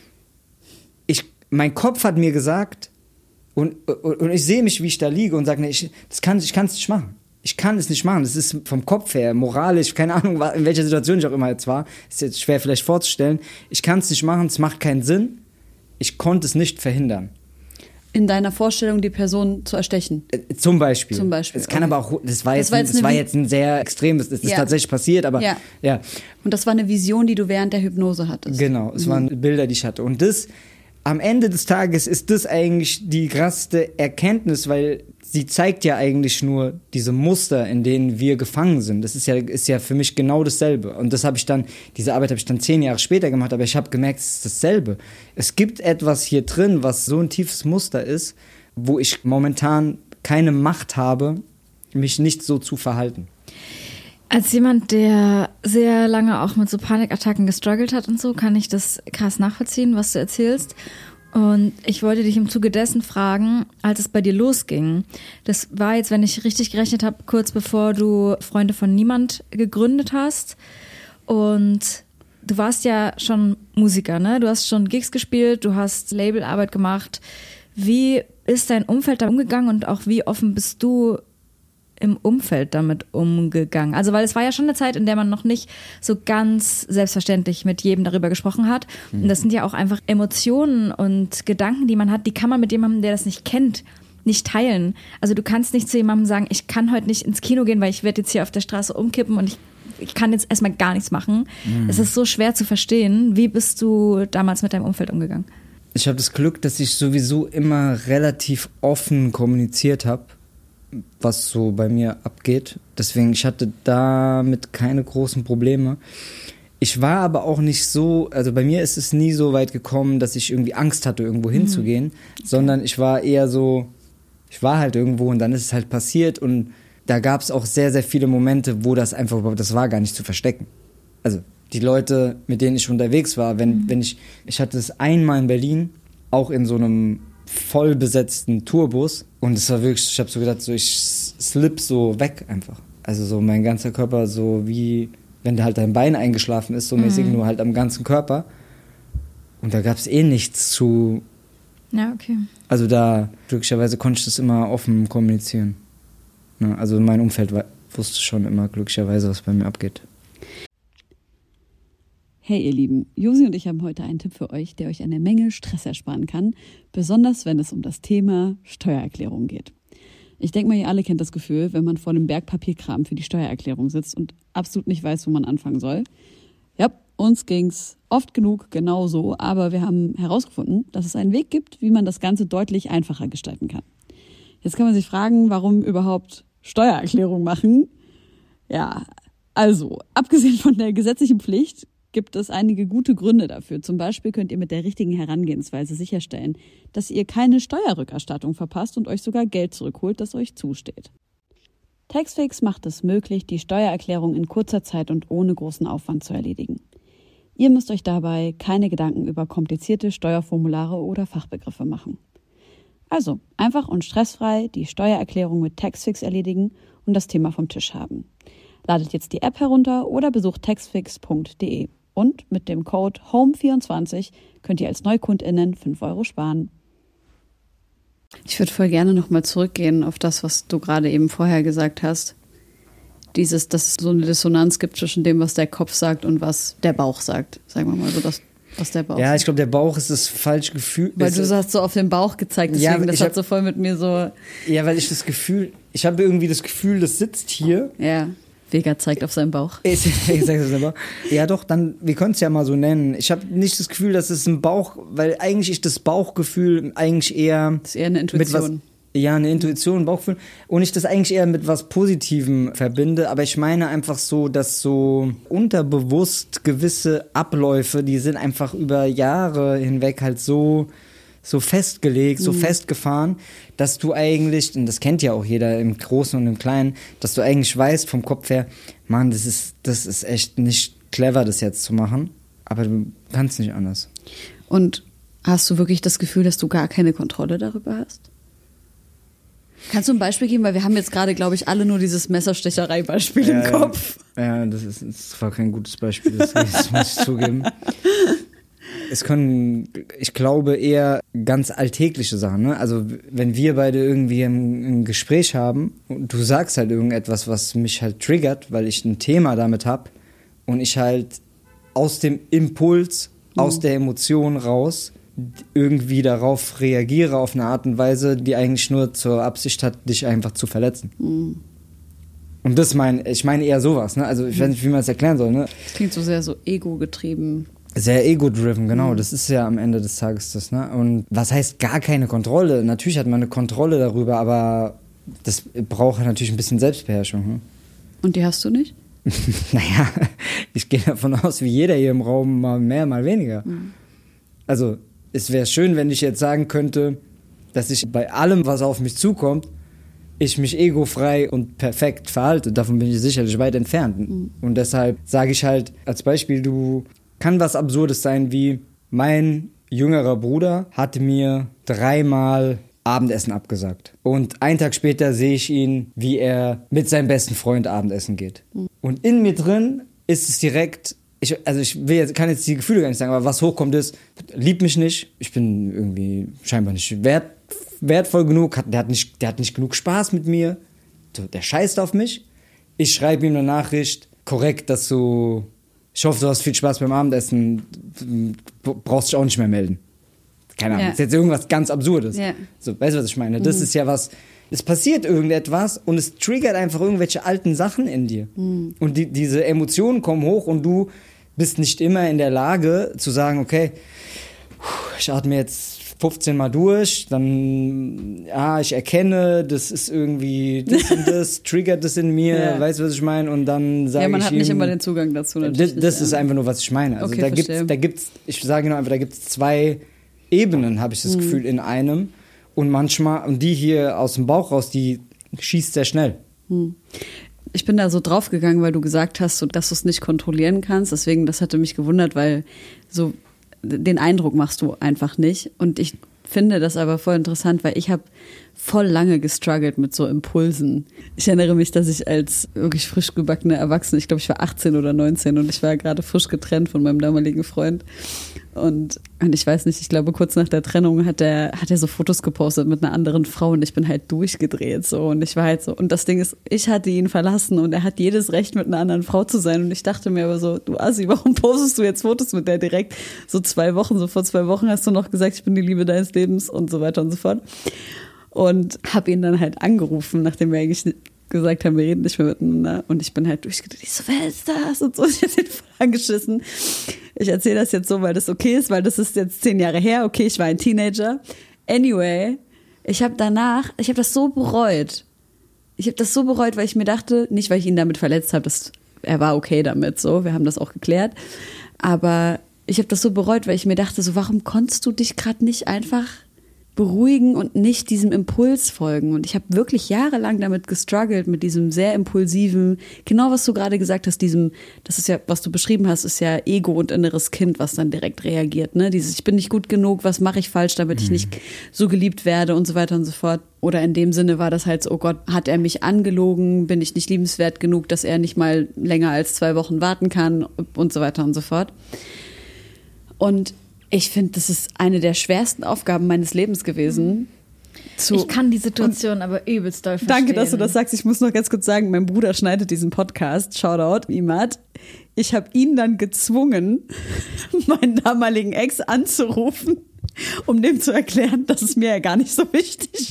Mein Kopf hat mir gesagt, und ich sehe mich, wie ich da liege und sage, nee, ich kann es nicht machen. Ich kann es nicht machen. Das ist vom Kopf her, moralisch, keine Ahnung, in welcher Situation ich auch immer jetzt war. Ist jetzt schwer vielleicht vorzustellen. Ich kann es nicht machen, es macht keinen Sinn. Ich konnte es nicht verhindern. In deiner Vorstellung, die Person zu erstechen? Zum Beispiel. Es kann aber auch, das war jetzt ein sehr extremes, das ist tatsächlich passiert, aber ja. Und das war eine Vision, die du während der Hypnose hattest? Genau, es waren Bilder, die ich hatte. Und am Ende des Tages ist das eigentlich die krasseste Erkenntnis, weil sie zeigt ja eigentlich nur diese Muster, in denen wir gefangen sind. Das ist ja für mich genau dasselbe. Und diese Arbeit habe ich dann 10 Jahre später gemacht, aber ich habe gemerkt, es ist dasselbe. Es gibt etwas hier drin, was so ein tiefes Muster ist, wo ich momentan keine Macht habe, mich nicht so zu verhalten. Als jemand, der sehr lange auch mit so Panikattacken gestruggelt hat und so, kann ich das krass nachvollziehen, was du erzählst. Und ich wollte dich im Zuge dessen fragen, als es bei dir losging. Das war jetzt, wenn ich richtig gerechnet habe, kurz bevor du Freunde von Niemand gegründet hast. Und du warst ja schon Musiker, ne? Du hast schon Gigs gespielt, du hast Labelarbeit gemacht. Wie ist dein Umfeld da umgegangen und auch wie offen bist du im Umfeld damit umgegangen? Also, weil es war ja schon eine Zeit, in der man noch nicht so ganz selbstverständlich mit jedem darüber gesprochen hat. Und das sind ja auch einfach Emotionen und Gedanken, die man hat, die kann man mit jemandem, der das nicht kennt, nicht teilen. Also du kannst nicht zu jemandem sagen, ich kann heute nicht ins Kino gehen, weil ich werde jetzt hier auf der Straße umkippen und ich kann jetzt erstmal gar nichts machen. Es ist so schwer zu verstehen. Wie bist du damals mit deinem Umfeld umgegangen? Ich habe das Glück, dass ich sowieso immer relativ offen kommuniziert habe, was so bei mir abgeht. Deswegen, ich hatte damit keine großen Probleme. Ich war aber auch nicht so, also bei mir ist es nie so weit gekommen, dass ich irgendwie Angst hatte, irgendwo hinzugehen, sondern ich war eher so, ich war halt irgendwo und dann ist es halt passiert und da gab es auch sehr, sehr viele Momente, wo das war gar nicht zu verstecken. Also die Leute, mit denen ich unterwegs war, ich hatte es einmal in Berlin, auch in so einem voll besetzten Tourbus und es war wirklich, ich habe so gedacht, so ich slip so weg einfach. Also so mein ganzer Körper so wie, wenn halt dein Bein eingeschlafen ist, so mäßig, nur halt am ganzen Körper. Und da gab es nichts zu Ja, okay. Also da, glücklicherweise konnte ich das immer offen kommunizieren. Ne? Also mein Umfeld wusste schon immer glücklicherweise, was bei mir abgeht. Hey ihr Lieben, Josi und ich haben heute einen Tipp für euch, der euch eine Menge Stress ersparen kann, besonders wenn es um das Thema Steuererklärung geht. Ich denke mal, ihr alle kennt das Gefühl, wenn man vor dem Berg Papierkram für die Steuererklärung sitzt und absolut nicht weiß, wo man anfangen soll. Ja, uns ging's oft genug genauso, aber wir haben herausgefunden, dass es einen Weg gibt, wie man das Ganze deutlich einfacher gestalten kann. Jetzt kann man sich fragen, warum überhaupt Steuererklärung machen? Ja, also, abgesehen von der gesetzlichen Pflicht gibt es einige gute Gründe dafür. Zum Beispiel könnt ihr mit der richtigen Herangehensweise sicherstellen, dass ihr keine Steuerrückerstattung verpasst und euch sogar Geld zurückholt, das euch zusteht. Taxfix macht es möglich, die Steuererklärung in kurzer Zeit und ohne großen Aufwand zu erledigen. Ihr müsst euch dabei keine Gedanken über komplizierte Steuerformulare oder Fachbegriffe machen. Also einfach und stressfrei die Steuererklärung mit Taxfix erledigen und das Thema vom Tisch haben. Ladet jetzt die App herunter oder besucht taxfix.de. Und mit dem Code HOME24 könnt ihr als NeukundInnen 5 € sparen. Ich würde voll gerne nochmal zurückgehen auf das, was du gerade eben vorher gesagt hast. Dass es so eine Dissonanz gibt zwischen dem, was der Kopf sagt und was der Bauch sagt. Sagen wir mal so, das, was der Bauch sagt. Ja, ich glaube, der Bauch ist das falsche Gefühl. Weil du hast so auf den Bauch gezeigt, deswegen, ja, das hat so voll mit mir so... Ja, weil ich habe irgendwie das Gefühl, das sitzt hier. Ja. Vega zeigt auf seinen Bauch. Ich sage das aber. Ja doch, dann, wir können es ja mal so nennen. Ich habe nicht das Gefühl, dass es ein Bauch, weil eigentlich ist das Bauchgefühl eigentlich eher... Das ist eher eine Intuition. Eine Intuition, ein Bauchgefühl. Und ich das eigentlich eher mit was Positivem verbinde. Aber ich meine einfach so, dass so unterbewusst gewisse Abläufe, die sind einfach über Jahre hinweg halt so festgelegt, so festgefahren, dass du eigentlich, und das kennt ja auch jeder im Großen und im Kleinen, dass du eigentlich weißt vom Kopf her, Mann, das ist echt nicht clever, das jetzt zu machen, aber du kannst nicht anders. Und hast du wirklich das Gefühl, dass du gar keine Kontrolle darüber hast? Kannst du ein Beispiel geben? Weil wir haben jetzt gerade, glaube ich, alle nur dieses Messerstecherei-Beispiel im Kopf. Ja, das war kein gutes Beispiel, das muss ich zugeben. Es können, ich glaube, eher ganz alltägliche Sachen, ne? Also wenn wir beide irgendwie ein Gespräch haben und du sagst halt irgendetwas, was mich halt triggert, weil ich ein Thema damit habe und ich halt aus dem Impuls, aus der Emotion raus irgendwie darauf reagiere auf eine Art und Weise, die eigentlich nur zur Absicht hat, dich einfach zu verletzen. Und ich meine eher sowas, ne? Also ich weiß nicht, wie man es erklären soll, ne? Das klingt so sehr so ego-getrieben. Sehr ego-driven, genau. Das ist ja am Ende des Tages das, ne? Und was heißt gar keine Kontrolle? Natürlich hat man eine Kontrolle darüber, aber das braucht natürlich ein bisschen Selbstbeherrschung. Hm? Und die hast du nicht? Naja, ich gehe davon aus, wie jeder hier im Raum, mal mehr, mal weniger. Also, es wäre schön, wenn ich jetzt sagen könnte, dass ich bei allem, was auf mich zukommt, ich mich egofrei und perfekt verhalte. Davon bin ich sicherlich weit entfernt. Und deshalb sage ich halt als Beispiel, kann was Absurdes sein, wie mein jüngerer Bruder hat mir 3-mal Abendessen abgesagt. Und einen Tag später sehe ich ihn, wie er mit seinem besten Freund Abendessen geht. Und in mir drin ist es direkt, kann jetzt die Gefühle gar nicht sagen, aber was hochkommt ist, liebt mich nicht, ich bin irgendwie scheinbar nicht wertvoll genug, der hat nicht genug Spaß mit mir, der scheißt auf mich. Ich schreibe ihm eine Nachricht, korrekt, dass ich hoffe, du hast viel Spaß beim Abendessen, brauchst dich auch nicht mehr melden. Keine Ahnung, das ist jetzt irgendwas ganz Absurdes. Ja. So, weißt du, was ich meine? Das ist ja was, es passiert irgendetwas und es triggert einfach irgendwelche alten Sachen in dir. Und diese Emotionen kommen hoch und du bist nicht immer in der Lage zu sagen, okay, ich atme jetzt 15 Mal durch, dann, ich erkenne, das ist irgendwie das und das, triggert das in mir, weißt du, was ich meine? Und dann sage ich man hat nicht immer den Zugang dazu. Das ist einfach nur, was ich meine. Also okay, da gibt's, ich sage nur einfach, da gibt's 2 Ebenen, habe ich das Gefühl, in einem. Und manchmal, und die hier aus dem Bauch raus, die schießt sehr schnell. Ich bin da so draufgegangen, weil du gesagt hast, dass du es nicht kontrollieren kannst. Deswegen, das hatte mich gewundert, weil so den Eindruck machst du einfach nicht. Und ich finde das aber voll interessant, weil ich habe voll lange gestruggelt mit so Impulsen. Ich erinnere mich, dass ich als wirklich frisch gebackene Erwachsene, ich glaube, ich war 18 oder 19 und ich war gerade frisch getrennt von meinem damaligen Freund. Und ich weiß nicht, ich glaube, kurz nach der Trennung hat er so Fotos gepostet mit einer anderen Frau und ich bin halt durchgedreht so und ich war halt so, und das Ding ist, ich hatte ihn verlassen und er hat jedes Recht, mit einer anderen Frau zu sein und ich dachte mir aber so, du Assi, warum postest du jetzt Fotos mit der direkt? So vor 2 Wochen hast du noch gesagt, ich bin die Liebe deines Lebens und so weiter und so fort. Und habe ihn dann halt angerufen, nachdem wir eigentlich gesagt haben, wir reden nicht mehr miteinander. Und ich bin halt durchgedreht, ich so, wer ist das? Und so, ich hab den voll angeschissen. Ich erzähle das jetzt so, weil das okay ist, weil das ist jetzt 10 Jahre her. Okay, ich war ein Teenager. Anyway, ich habe das so bereut. Weil ich mir dachte, nicht weil ich ihn damit verletzt habe, er war okay damit, so, wir haben das auch geklärt. Aber ich habe das so bereut, weil ich mir dachte, so, warum konntest du dich gerade nicht einfach beruhigen und nicht diesem Impuls folgen? Und ich habe wirklich jahrelang damit gestruggelt, mit diesem sehr impulsiven, genau was du gerade gesagt hast, das ist ja, was du beschrieben hast, ist ja Ego und inneres Kind, was dann direkt reagiert, ne? Dieses, ich bin nicht gut genug, was mache ich falsch, damit ich nicht so geliebt werde und so weiter und so fort. Oder in dem Sinne war das halt so, oh Gott, hat er mich angelogen, bin ich nicht liebenswert genug, dass er nicht mal länger als 2 Wochen warten kann und so weiter und so fort. Und ich finde, das ist eine der schwersten Aufgaben meines Lebens gewesen. Ich kann die Situation aber übelst doll verstehen. Danke, dass du das sagst. Ich muss noch ganz kurz sagen, mein Bruder schneidet diesen Podcast. Shoutout, Imad. Ich habe ihn dann gezwungen, meinen damaligen Ex anzurufen, um dem zu erklären, dass es mir ja gar nicht so wichtig ist.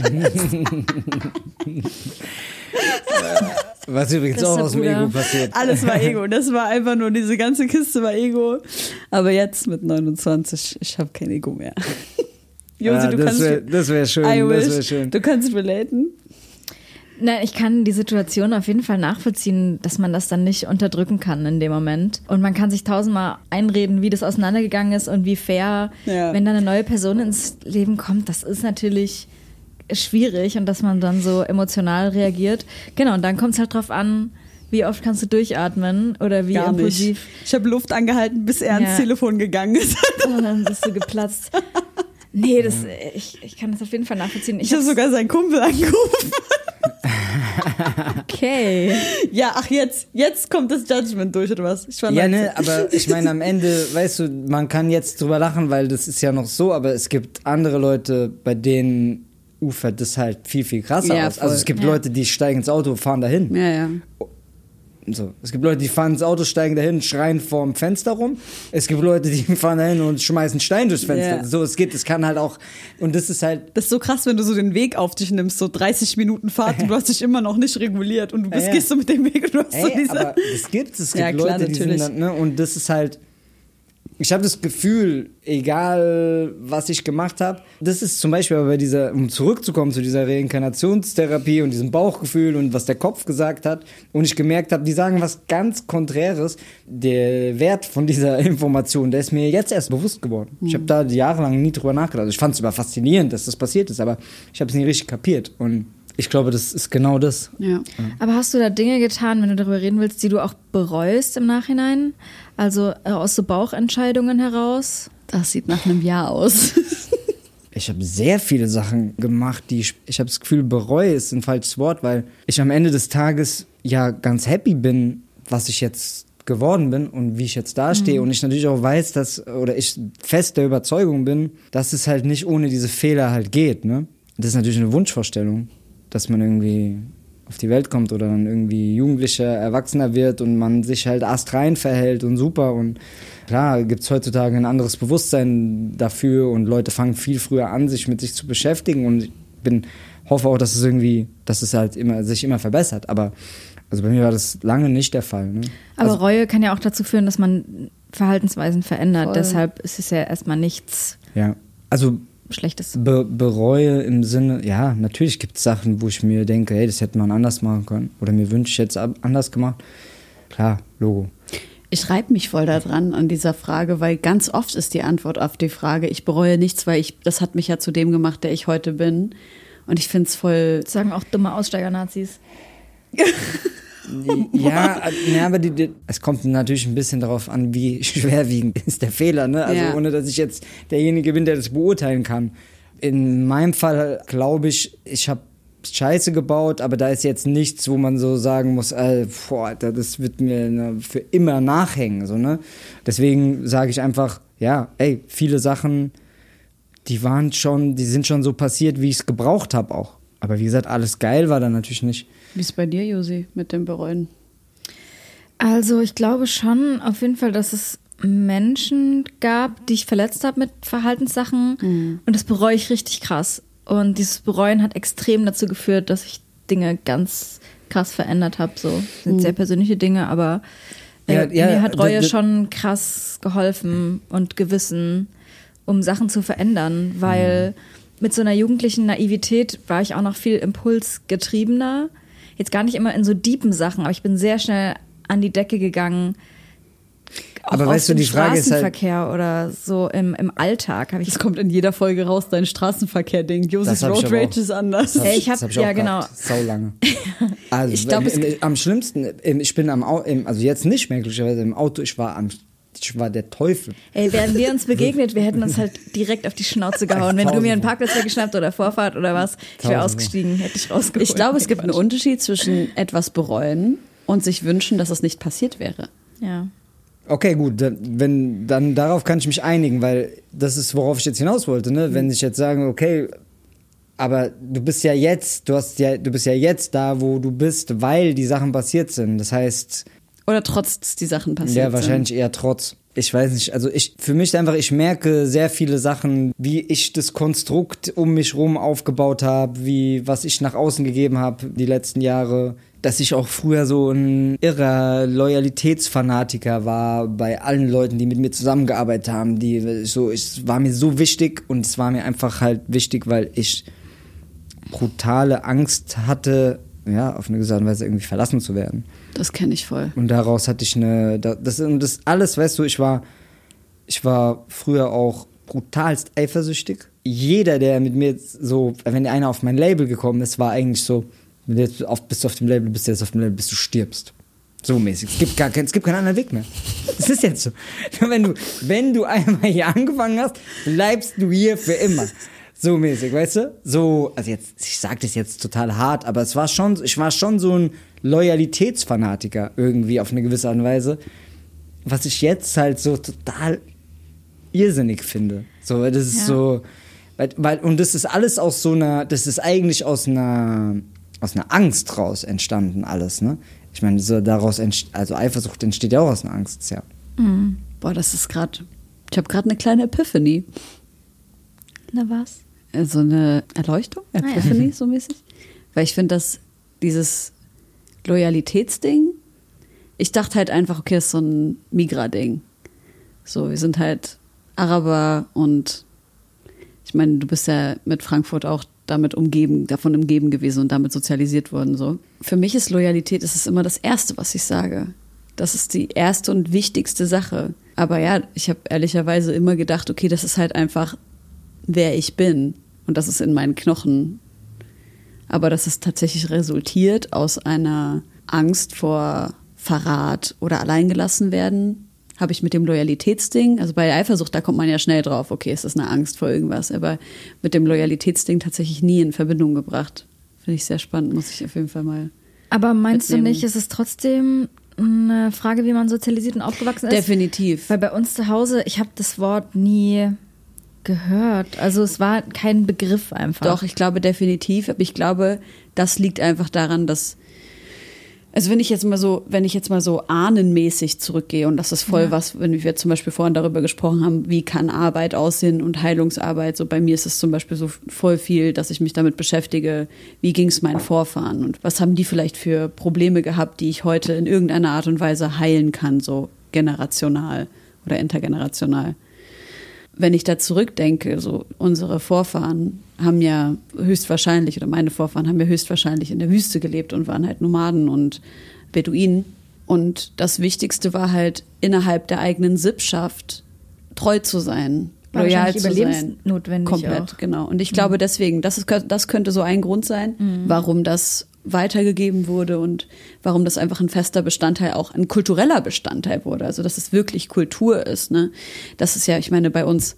Was übrigens auch aus dem Ego passiert. Alles war Ego. Das war einfach nur, diese ganze Kiste war Ego. Aber jetzt mit 29, ich habe kein Ego mehr. Josi, das wäre schön. Du kannst relaten. Nein, ich kann die Situation auf jeden Fall nachvollziehen, dass man das dann nicht unterdrücken kann in dem Moment. Und man kann sich 1000-mal einreden, wie das auseinandergegangen ist und wie fair, wenn da eine neue Person ins Leben kommt. Das ist natürlich schwierig und dass man dann so emotional reagiert. Genau, und dann kommt es halt drauf an, wie oft kannst du durchatmen oder wie Gar impulsiv. Nicht. Ich habe Luft angehalten, bis er ans Telefon gegangen ist. Und dann bist du geplatzt. Nee, ich kann das auf jeden Fall nachvollziehen. Ich habe sogar seinen Kumpel angerufen. Okay. Ja, ach jetzt kommt das Judgment durch, oder was? Aber ich meine, am Ende, weißt du, man kann jetzt drüber lachen, weil das ist ja noch so, aber es gibt andere Leute, bei denen ufert das halt viel, viel krasser aus. Voll. Also es gibt Leute, die steigen ins Auto, fahren dahin. Ja. So. Es gibt Leute, die fahren ins Auto, steigen dahin, schreien vorm Fenster rum. Es gibt Leute, die fahren dahin und schmeißen Stein durchs Fenster. So, es kann halt auch, und das ist halt... Das ist so krass, wenn du so den Weg auf dich nimmst, so 30 Minuten Fahrt und du hast dich immer noch nicht reguliert und du gehst so mit dem Weg und du hast so diese... aber es gibt klar, Leute, die natürlich. sind dann, ne, und das ist halt... Ich habe das Gefühl, egal was ich gemacht habe, das ist zum Beispiel aber bei dieser, um zurückzukommen zu dieser Reinkarnationstherapie und diesem Bauchgefühl und was der Kopf gesagt hat und ich gemerkt habe, die sagen was ganz Konträres, der Wert von dieser Information, der ist mir jetzt erst bewusst geworden. Ich habe da jahrelang nie drüber nachgedacht. Ich fand es immer faszinierend, dass das passiert ist, aber ich habe es nie richtig kapiert und ich glaube, das ist genau das. Ja. Aber hast du da Dinge getan, wenn du darüber reden willst, die du auch bereust im Nachhinein? Also aus so Bauchentscheidungen heraus? Das sieht nach einem Jahr aus. Ich habe sehr viele Sachen gemacht, die ich habe das Gefühl, bereue ist ein falsches Wort, weil ich am Ende des Tages ja ganz happy bin, was ich jetzt geworden bin und wie ich jetzt dastehe und ich natürlich auch weiß, ich fest der Überzeugung bin, dass es halt nicht ohne diese Fehler halt geht, ne? Das ist natürlich eine Wunschvorstellung, dass man irgendwie auf die Welt kommt oder dann irgendwie Jugendlicher, Erwachsener wird und man sich halt astrein verhält und super und klar gibt's heutzutage ein anderes Bewusstsein dafür und Leute fangen viel früher an, sich mit sich zu beschäftigen und ich hoffe auch, dass es halt sich immer verbessert, aber also bei mir war das lange nicht der Fall. Ne? Aber Reue kann ja auch dazu führen, dass man Verhaltensweisen verändert, Voll. Deshalb ist es ja erstmal nichts Schlechtes. Bereue im Sinne, ja, natürlich gibt es Sachen, wo ich mir denke, hey, das hätte man anders machen können. Oder mir wünsche ich jetzt anders gemacht. Klar, Logo. Ich reibe mich voll daran an dieser Frage, weil ganz oft ist die Antwort auf die Frage, ich bereue nichts, weil das hat mich ja zu dem gemacht, der ich heute bin. Und ich finde es voll... Das sagen auch dumme Aussteiger-Nazis. Ja, aber es kommt natürlich ein bisschen darauf an, wie schwerwiegend ist der Fehler, ne? Also ohne, dass ich jetzt derjenige bin, der das beurteilen kann. In meinem Fall glaube ich, ich habe Scheiße gebaut, aber da ist jetzt nichts, wo man so sagen muss, Alter, das wird mir für immer nachhängen. So, ne? Deswegen sage ich einfach, ja, viele Sachen, die sind schon so passiert, wie ich es gebraucht habe auch. Aber wie gesagt, alles geil war dann natürlich nicht. Wie ist es bei dir, Josi, mit dem Bereuen? Also ich glaube schon auf jeden Fall, dass es Menschen gab, die ich verletzt habe mit Verhaltenssachen. Und das bereue ich richtig krass. Und dieses Bereuen hat extrem dazu geführt, dass ich Dinge ganz krass verändert habe. So. Das sind sehr persönliche Dinge, aber mir hat Reue schon krass geholfen und Gewissen, um Sachen zu verändern. Weil mit so einer jugendlichen Naivität war ich auch noch viel impulsgetriebener. Jetzt gar nicht immer in so deepen Sachen, aber ich bin sehr schnell an die Decke gegangen. Aber weißt du, die Frage ist halt, Straßenverkehr oder so im Alltag habe ich. Das kommt in jeder Folge raus, dein Straßenverkehr-Ding. Josis Road Rage ist anders. Das hab ich ja genau. Sau lange. Also ich glaub, am schlimmsten, ich bin also jetzt nicht mehr glücklicherweise im Auto, ich war der Teufel. Wären wir uns begegnet, wir hätten uns halt direkt auf die Schnauze gehauen. Wenn du mir einen Parkplatz weggeschnappt oder Vorfahrt oder was, ich wäre ausgestiegen, hätte ich rausgeholt. Ich glaube, es gibt einen Unterschied zwischen etwas bereuen und sich wünschen, dass es nicht passiert wäre. Ja. Okay, gut, dann darauf kann ich mich einigen, weil das ist, worauf ich jetzt hinaus wollte, ne? Wenn ich jetzt sage, okay, aber du bist ja jetzt da, wo du bist, weil die Sachen passiert sind. Das heißt. Oder trotz die Sachen passiert sind. Ja, wahrscheinlich eher trotz. Ich weiß nicht, also für mich einfach, ich merke sehr viele Sachen, wie ich das Konstrukt um mich rum aufgebaut habe, was ich nach außen gegeben habe die letzten Jahre. Dass ich auch früher so ein irrer Loyalitätsfanatiker war bei allen Leuten, die mit mir zusammengearbeitet haben. Es war mir so wichtig und es war mir einfach halt wichtig, weil ich brutale Angst hatte, ja, auf eine gewisse Weise irgendwie verlassen zu werden. Das kenne ich voll. Und daraus hatte ich das alles, weißt du, ich war früher auch brutalst eifersüchtig. Jeder, der mit mir so, wenn einer auf mein Label gekommen ist, war eigentlich so, wenn du jetzt bist du auf dem Label, bis du stirbst. So mäßig. Es gibt keinen anderen Weg mehr. Das ist jetzt so. Wenn du einmal hier angefangen hast, bleibst du hier für immer. So mäßig, weißt du? So, also jetzt, ich sag das jetzt total hart, aber ich war schon so ein Loyalitätsfanatiker irgendwie auf eine gewisse Art und Weise, was ich jetzt halt so total irrsinnig finde. So, weil das ist so, und das ist alles das ist eigentlich aus einer Angst raus entstanden alles, ne? Ich meine, so also Eifersucht entsteht ja auch aus einer Angst, ja. Mhm. Boah, ich habe gerade eine kleine Epiphany. Na was? So eine Erleuchtung, Epiphany so mäßig. Weil ich finde, dass dieses Loyalitätsding, ich dachte halt einfach, okay, das ist so ein Migra-Ding. So, wir sind halt Araber und ich meine, du bist ja mit Frankfurt auch davon umgeben gewesen und damit sozialisiert worden. So. Für mich ist Loyalität, das ist immer das Erste, was ich sage. Das ist die erste und wichtigste Sache. Aber ja, ich habe ehrlicherweise immer gedacht, okay, das ist halt einfach, wer ich bin. Und das ist in meinen Knochen. Aber dass es tatsächlich resultiert aus einer Angst vor Verrat oder alleingelassen werden, habe ich mit dem Loyalitätsding, also bei Eifersucht, da kommt man ja schnell drauf, okay, es ist eine Angst vor irgendwas, aber mit dem Loyalitätsding tatsächlich nie in Verbindung gebracht. Finde ich sehr spannend, muss ich auf jeden Fall mal Aber meinst mitnehmen. du nicht, ist es trotzdem eine Frage, wie man sozialisiert und aufgewachsen ist? Definitiv. Weil bei uns zu Hause, ich habe das Wort nie gehört. Also es war kein Begriff einfach. Doch, ich glaube definitiv, aber ich glaube, das liegt einfach daran, dass also wenn ich jetzt mal so ahnenmäßig zurückgehe und das ist voll was, wenn wir zum Beispiel vorhin darüber gesprochen haben, wie kann Arbeit aussehen und Heilungsarbeit, so bei mir ist es zum Beispiel so voll viel, dass ich mich damit beschäftige, wie ging es meinen Vorfahren und was haben die vielleicht für Probleme gehabt, die ich heute in irgendeiner Art und Weise heilen kann, so generational oder intergenerational. Wenn ich da zurückdenke, so unsere Vorfahren haben ja höchstwahrscheinlich, oder meine Vorfahren haben ja höchstwahrscheinlich in der Wüste gelebt und waren halt Nomaden und Beduinen. Und das Wichtigste war halt, innerhalb der eigenen Sippschaft treu zu sein, loyal zu sein. Überlebensnotwendig komplett, auch. genau. Und ich glaube deswegen, das könnte so ein Grund sein, warum das weitergegeben wurde und warum das einfach ein fester Bestandteil, auch ein kultureller Bestandteil wurde. Also dass es wirklich Kultur ist. Ne? Das ist ja, ich meine, bei uns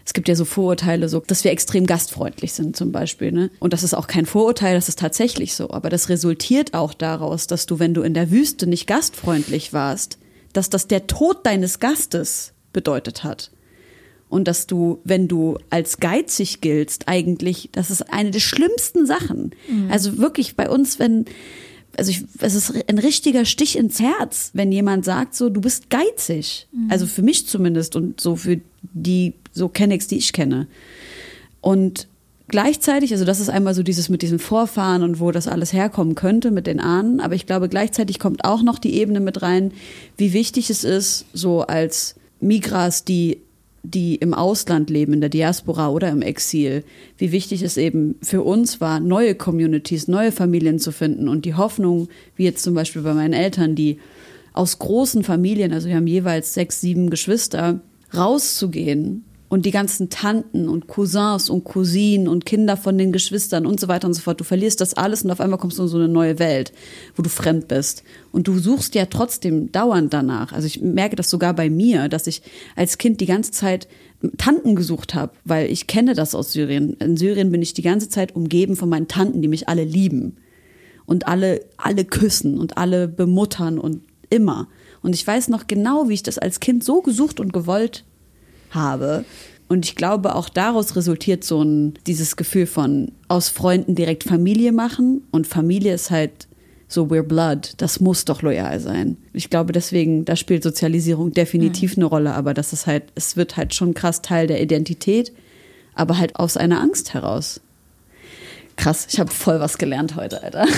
es gibt ja so Vorurteile, so, dass wir extrem gastfreundlich sind zum Beispiel, ne? Und das ist auch kein Vorurteil, das ist tatsächlich so. Aber das resultiert auch daraus, dass du, wenn du in der Wüste nicht gastfreundlich warst, dass das der Tod deines Gastes bedeutet hat. Und dass du, wenn du als geizig giltst, eigentlich, das ist eine der schlimmsten Sachen. Also wirklich bei uns, es ist ein richtiger Stich ins Herz, wenn jemand sagt so, du bist geizig. Also für mich zumindest und so für die so Kennex, die ich kenne. Und gleichzeitig, also das ist einmal so dieses mit diesen Vorfahren und wo das alles herkommen könnte mit den Ahnen, aber ich glaube gleichzeitig kommt auch noch die Ebene mit rein, wie wichtig es ist, so als Migras, die im Ausland leben, in der Diaspora oder im Exil, wie wichtig es eben für uns war, neue Communities, neue Familien zu finden und die Hoffnung, wie jetzt zum Beispiel bei meinen Eltern, die aus großen Familien, also wir haben jeweils 6, 7 Geschwister, rauszugehen und die ganzen Tanten und Cousins und Cousinen und Kinder von den Geschwistern und so weiter und so fort. Du verlierst das alles und auf einmal kommst du in so eine neue Welt, wo du fremd bist. Und du suchst ja trotzdem dauernd danach. Also ich merke das sogar bei mir, dass ich als Kind die ganze Zeit Tanten gesucht habe, weil ich kenne das aus Syrien. In Syrien bin ich die ganze Zeit umgeben von meinen Tanten, die mich alle lieben. Und alle küssen und alle bemuttern und immer. Und ich weiß noch genau, wie ich das als Kind so gesucht und gewollt habe. Und ich glaube, auch daraus resultiert dieses Gefühl von aus Freunden direkt Familie machen. Und Familie ist halt so, we're blood. Das muss doch loyal sein. Ich glaube, deswegen, da spielt Sozialisierung definitiv eine Rolle. Aber das ist halt, es wird halt schon krass Teil der Identität, aber halt aus einer Angst heraus. Krass, ich habe voll was gelernt heute, Alter.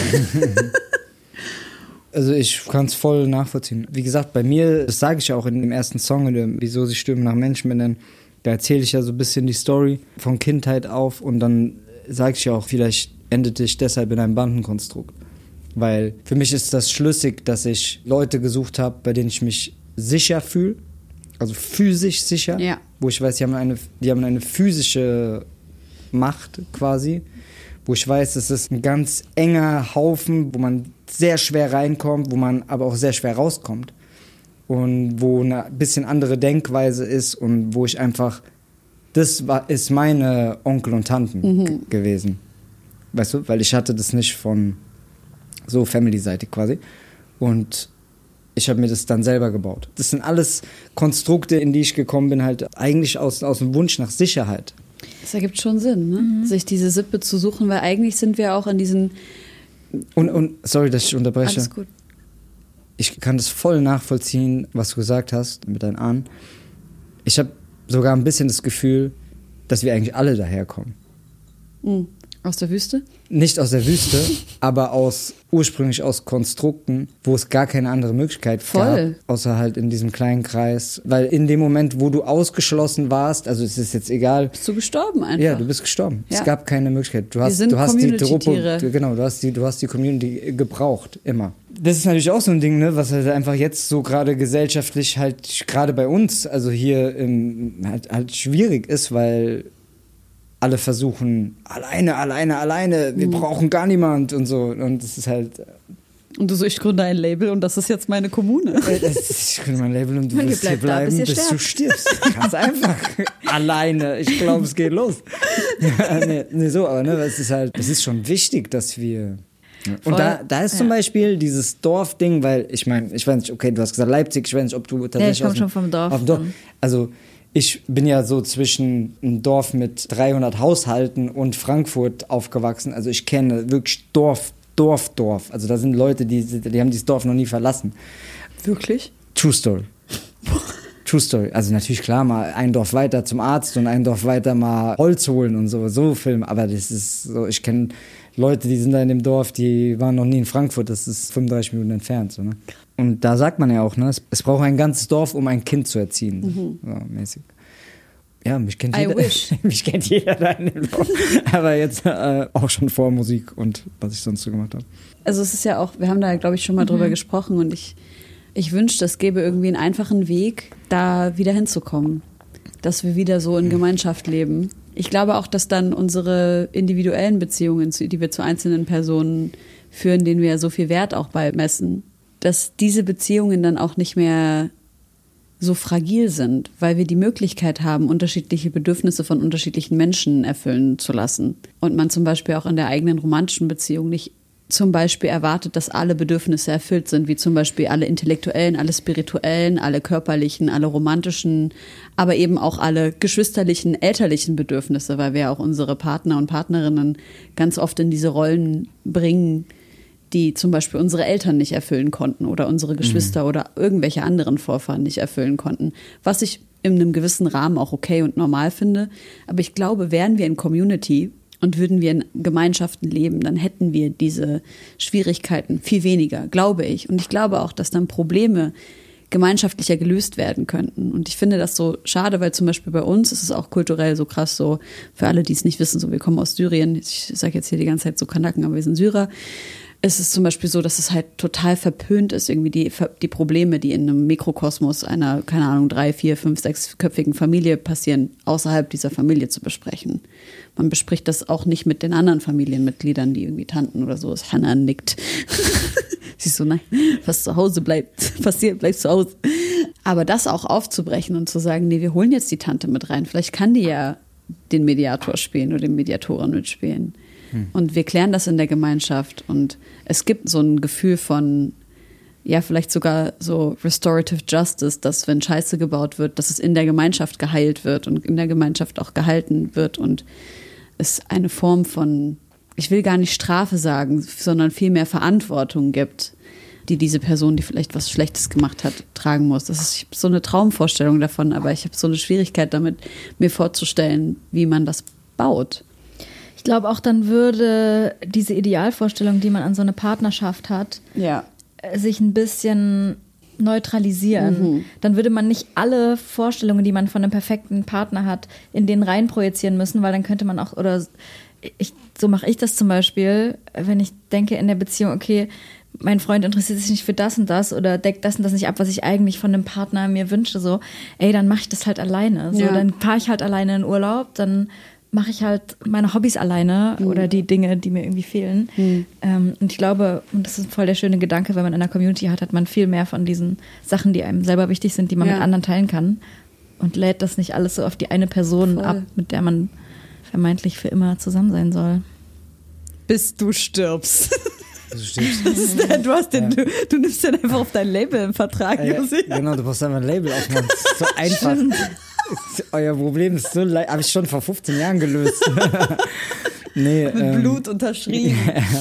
Also ich kann es voll nachvollziehen. Wie gesagt, bei mir, das sage ich ja auch in dem ersten Song, wieso sie stürmen nach Menschen benennen, da erzähle ich ja so ein bisschen die Story von Kindheit auf und dann sage ich ja auch, vielleicht endete ich deshalb in einem Bandenkonstrukt. Weil für mich ist das schlüssig, dass ich Leute gesucht habe, bei denen ich mich sicher fühle, also physisch sicher, ja. Wo ich weiß, die haben eine physische Macht quasi, wo ich weiß, es ist ein ganz enger Haufen, wo man sehr schwer reinkommt, wo man aber auch sehr schwer rauskommt. Und wo eine bisschen andere Denkweise ist und wo ich einfach, ist meine Onkel und Tanten gewesen. Weißt du, weil ich hatte das nicht von so Family-seitig quasi. Und ich habe mir das dann selber gebaut. Das sind alles Konstrukte, in die ich gekommen bin, halt eigentlich aus dem Wunsch nach Sicherheit. Das ergibt schon Sinn, ne? Sich diese Sippe zu suchen, weil eigentlich sind wir auch in diesen... Und sorry, dass ich unterbreche. Alles gut. Ich kann das voll nachvollziehen, was du gesagt hast mit deinen Ahnen. Ich habe sogar ein bisschen das Gefühl, dass wir eigentlich alle daherkommen. Aus der Wüste? Nicht aus der Wüste, aber ursprünglich aus Konstrukten, wo es gar keine andere Möglichkeit gab, außer halt in diesem kleinen Kreis. Weil in dem Moment, wo du ausgeschlossen warst, also es ist jetzt egal. Bist du gestorben einfach? Ja, du bist gestorben. Ja. Es gab keine Möglichkeit. Du hast die Truppe, genau, du hast die Community gebraucht, immer. Das ist natürlich auch so ein Ding, ne, was halt einfach jetzt so gerade gesellschaftlich halt gerade bei uns, also hier halt schwierig ist, weil alle versuchen, alleine, wir brauchen gar niemand und so. Und das ist halt... Und du so, ich gründe ein Label und das ist jetzt meine Kommune. Ich gründe mein Label und du wirst hier bleiben, bis du stirbst. Ganz einfach. Alleine. Ich glaube, es geht los. Ja, nee, so, aber ne, es ist schon wichtig, dass wir... Und da ist zum Beispiel dieses Dorfding, weil ich weiß nicht, okay, du hast gesagt Leipzig, ich weiß nicht, ob du tatsächlich... Ja, ich komme schon vom Dorf. Also... Ich bin ja so zwischen einem Dorf mit 300 Haushalten und Frankfurt aufgewachsen. Also ich kenne wirklich Dorf. Also da sind Leute, die haben dieses Dorf noch nie verlassen. Wirklich? True Story. True Story. Also natürlich klar, mal ein Dorf weiter zum Arzt und ein Dorf weiter mal Holz holen und so Film. Aber das ist so, ich kenne Leute, die sind da in dem Dorf, die waren noch nie in Frankfurt. Das ist 35 Minuten entfernt. So, ne? Und da sagt man ja auch, ne, es braucht ein ganzes Dorf, um ein Kind zu erziehen. So, mäßig. Ja, mich kennt jeder. Mich kennt jeder da in dem Dorf. Aber jetzt auch schon vor Musik und was ich sonst so gemacht habe. Also es ist ja auch, wir haben da, glaube ich, schon mal drüber gesprochen und ich wünschte, es gäbe irgendwie einen einfachen Weg, da wieder hinzukommen. Dass wir wieder so in Gemeinschaft leben. Ich glaube auch, dass dann unsere individuellen Beziehungen, die wir zu einzelnen Personen führen, denen wir ja so viel Wert auch beimessen, dass diese Beziehungen dann auch nicht mehr so fragil sind, weil wir die Möglichkeit haben, unterschiedliche Bedürfnisse von unterschiedlichen Menschen erfüllen zu lassen. Und man zum Beispiel auch in der eigenen romantischen Beziehung nicht zum Beispiel erwartet, dass alle Bedürfnisse erfüllt sind, wie zum Beispiel alle intellektuellen, alle spirituellen, alle körperlichen, alle romantischen, aber eben auch alle geschwisterlichen, elterlichen Bedürfnisse, weil wir auch unsere Partner und Partnerinnen ganz oft in diese Rollen bringen, die zum Beispiel unsere Eltern nicht erfüllen konnten oder unsere Geschwister oder irgendwelche anderen Vorfahren nicht erfüllen konnten, was ich in einem gewissen Rahmen auch okay und normal finde. Aber ich glaube, wären wir in Community und würden wir in Gemeinschaften leben, dann hätten wir diese Schwierigkeiten viel weniger, glaube ich. Und ich glaube auch, dass dann Probleme gemeinschaftlicher gelöst werden könnten. Und ich finde das so schade, weil zum Beispiel bei uns ist es auch kulturell so krass so, für alle, die es nicht wissen, so wir kommen aus Syrien, ich sage jetzt hier die ganze Zeit so Kanaken, aber wir sind Syrer. Es ist zum Beispiel so, dass es halt total verpönt ist, irgendwie die Probleme, die in einem Mikrokosmos einer, keine Ahnung, 3, 4, 5, 6-köpfigen Familie passieren, außerhalb dieser Familie zu besprechen. Man bespricht das auch nicht mit den anderen Familienmitgliedern, die irgendwie Tanten oder so ist. Hannah nickt. Sie ist so, nein, was zu Hause bleibt, passiert, bleibt zu Hause. Aber das auch aufzubrechen und zu sagen, nee, wir holen jetzt die Tante mit rein. Vielleicht kann die ja den Mediator spielen oder den Mediatoren mitspielen. Und wir klären das in der Gemeinschaft und es gibt so ein Gefühl von, ja, vielleicht sogar so Restorative Justice, dass wenn Scheiße gebaut wird, dass es in der Gemeinschaft geheilt wird und in der Gemeinschaft auch gehalten wird und es eine Form von, ich will gar nicht Strafe sagen, sondern viel mehr Verantwortung gibt, die diese Person, die vielleicht was Schlechtes gemacht hat, tragen muss. Das ist, ich habe so eine Traumvorstellung davon, aber ich habe so eine Schwierigkeit damit, mir vorzustellen, wie man das baut. Ich glaube auch, dann würde diese Idealvorstellung, die man an so eine Partnerschaft hat, sich ein bisschen neutralisieren. Dann würde man nicht alle Vorstellungen, die man von einem perfekten Partner hat, in den rein projizieren müssen, weil dann könnte man auch, oder so mache ich das zum Beispiel, wenn ich denke in der Beziehung, okay, mein Freund interessiert sich nicht für das und das oder deckt das und das nicht ab, was ich eigentlich von einem Partner mir wünsche, so, ey, dann mache ich das halt alleine. So, dann fahre ich halt alleine in Urlaub, dann mache ich halt meine Hobbys alleine oder die Dinge, die mir irgendwie fehlen. Und ich glaube, und das ist voll der schöne Gedanke, wenn man in einer Community hat man viel mehr von diesen Sachen, die einem selber wichtig sind, die man mit anderen teilen kann und lädt das nicht alles so auf die eine Person ab, mit der man vermeintlich für immer zusammen sein soll. Bis du stirbst. Du nimmst den einfach auf dein Label im Vertrag. Genau, du brauchst einfach ein Label aufmachen. Das ist so einfach. Euer Problem ist so leicht. Habe ich schon vor 15 Jahren gelöst. Mit Blut unterschrieben.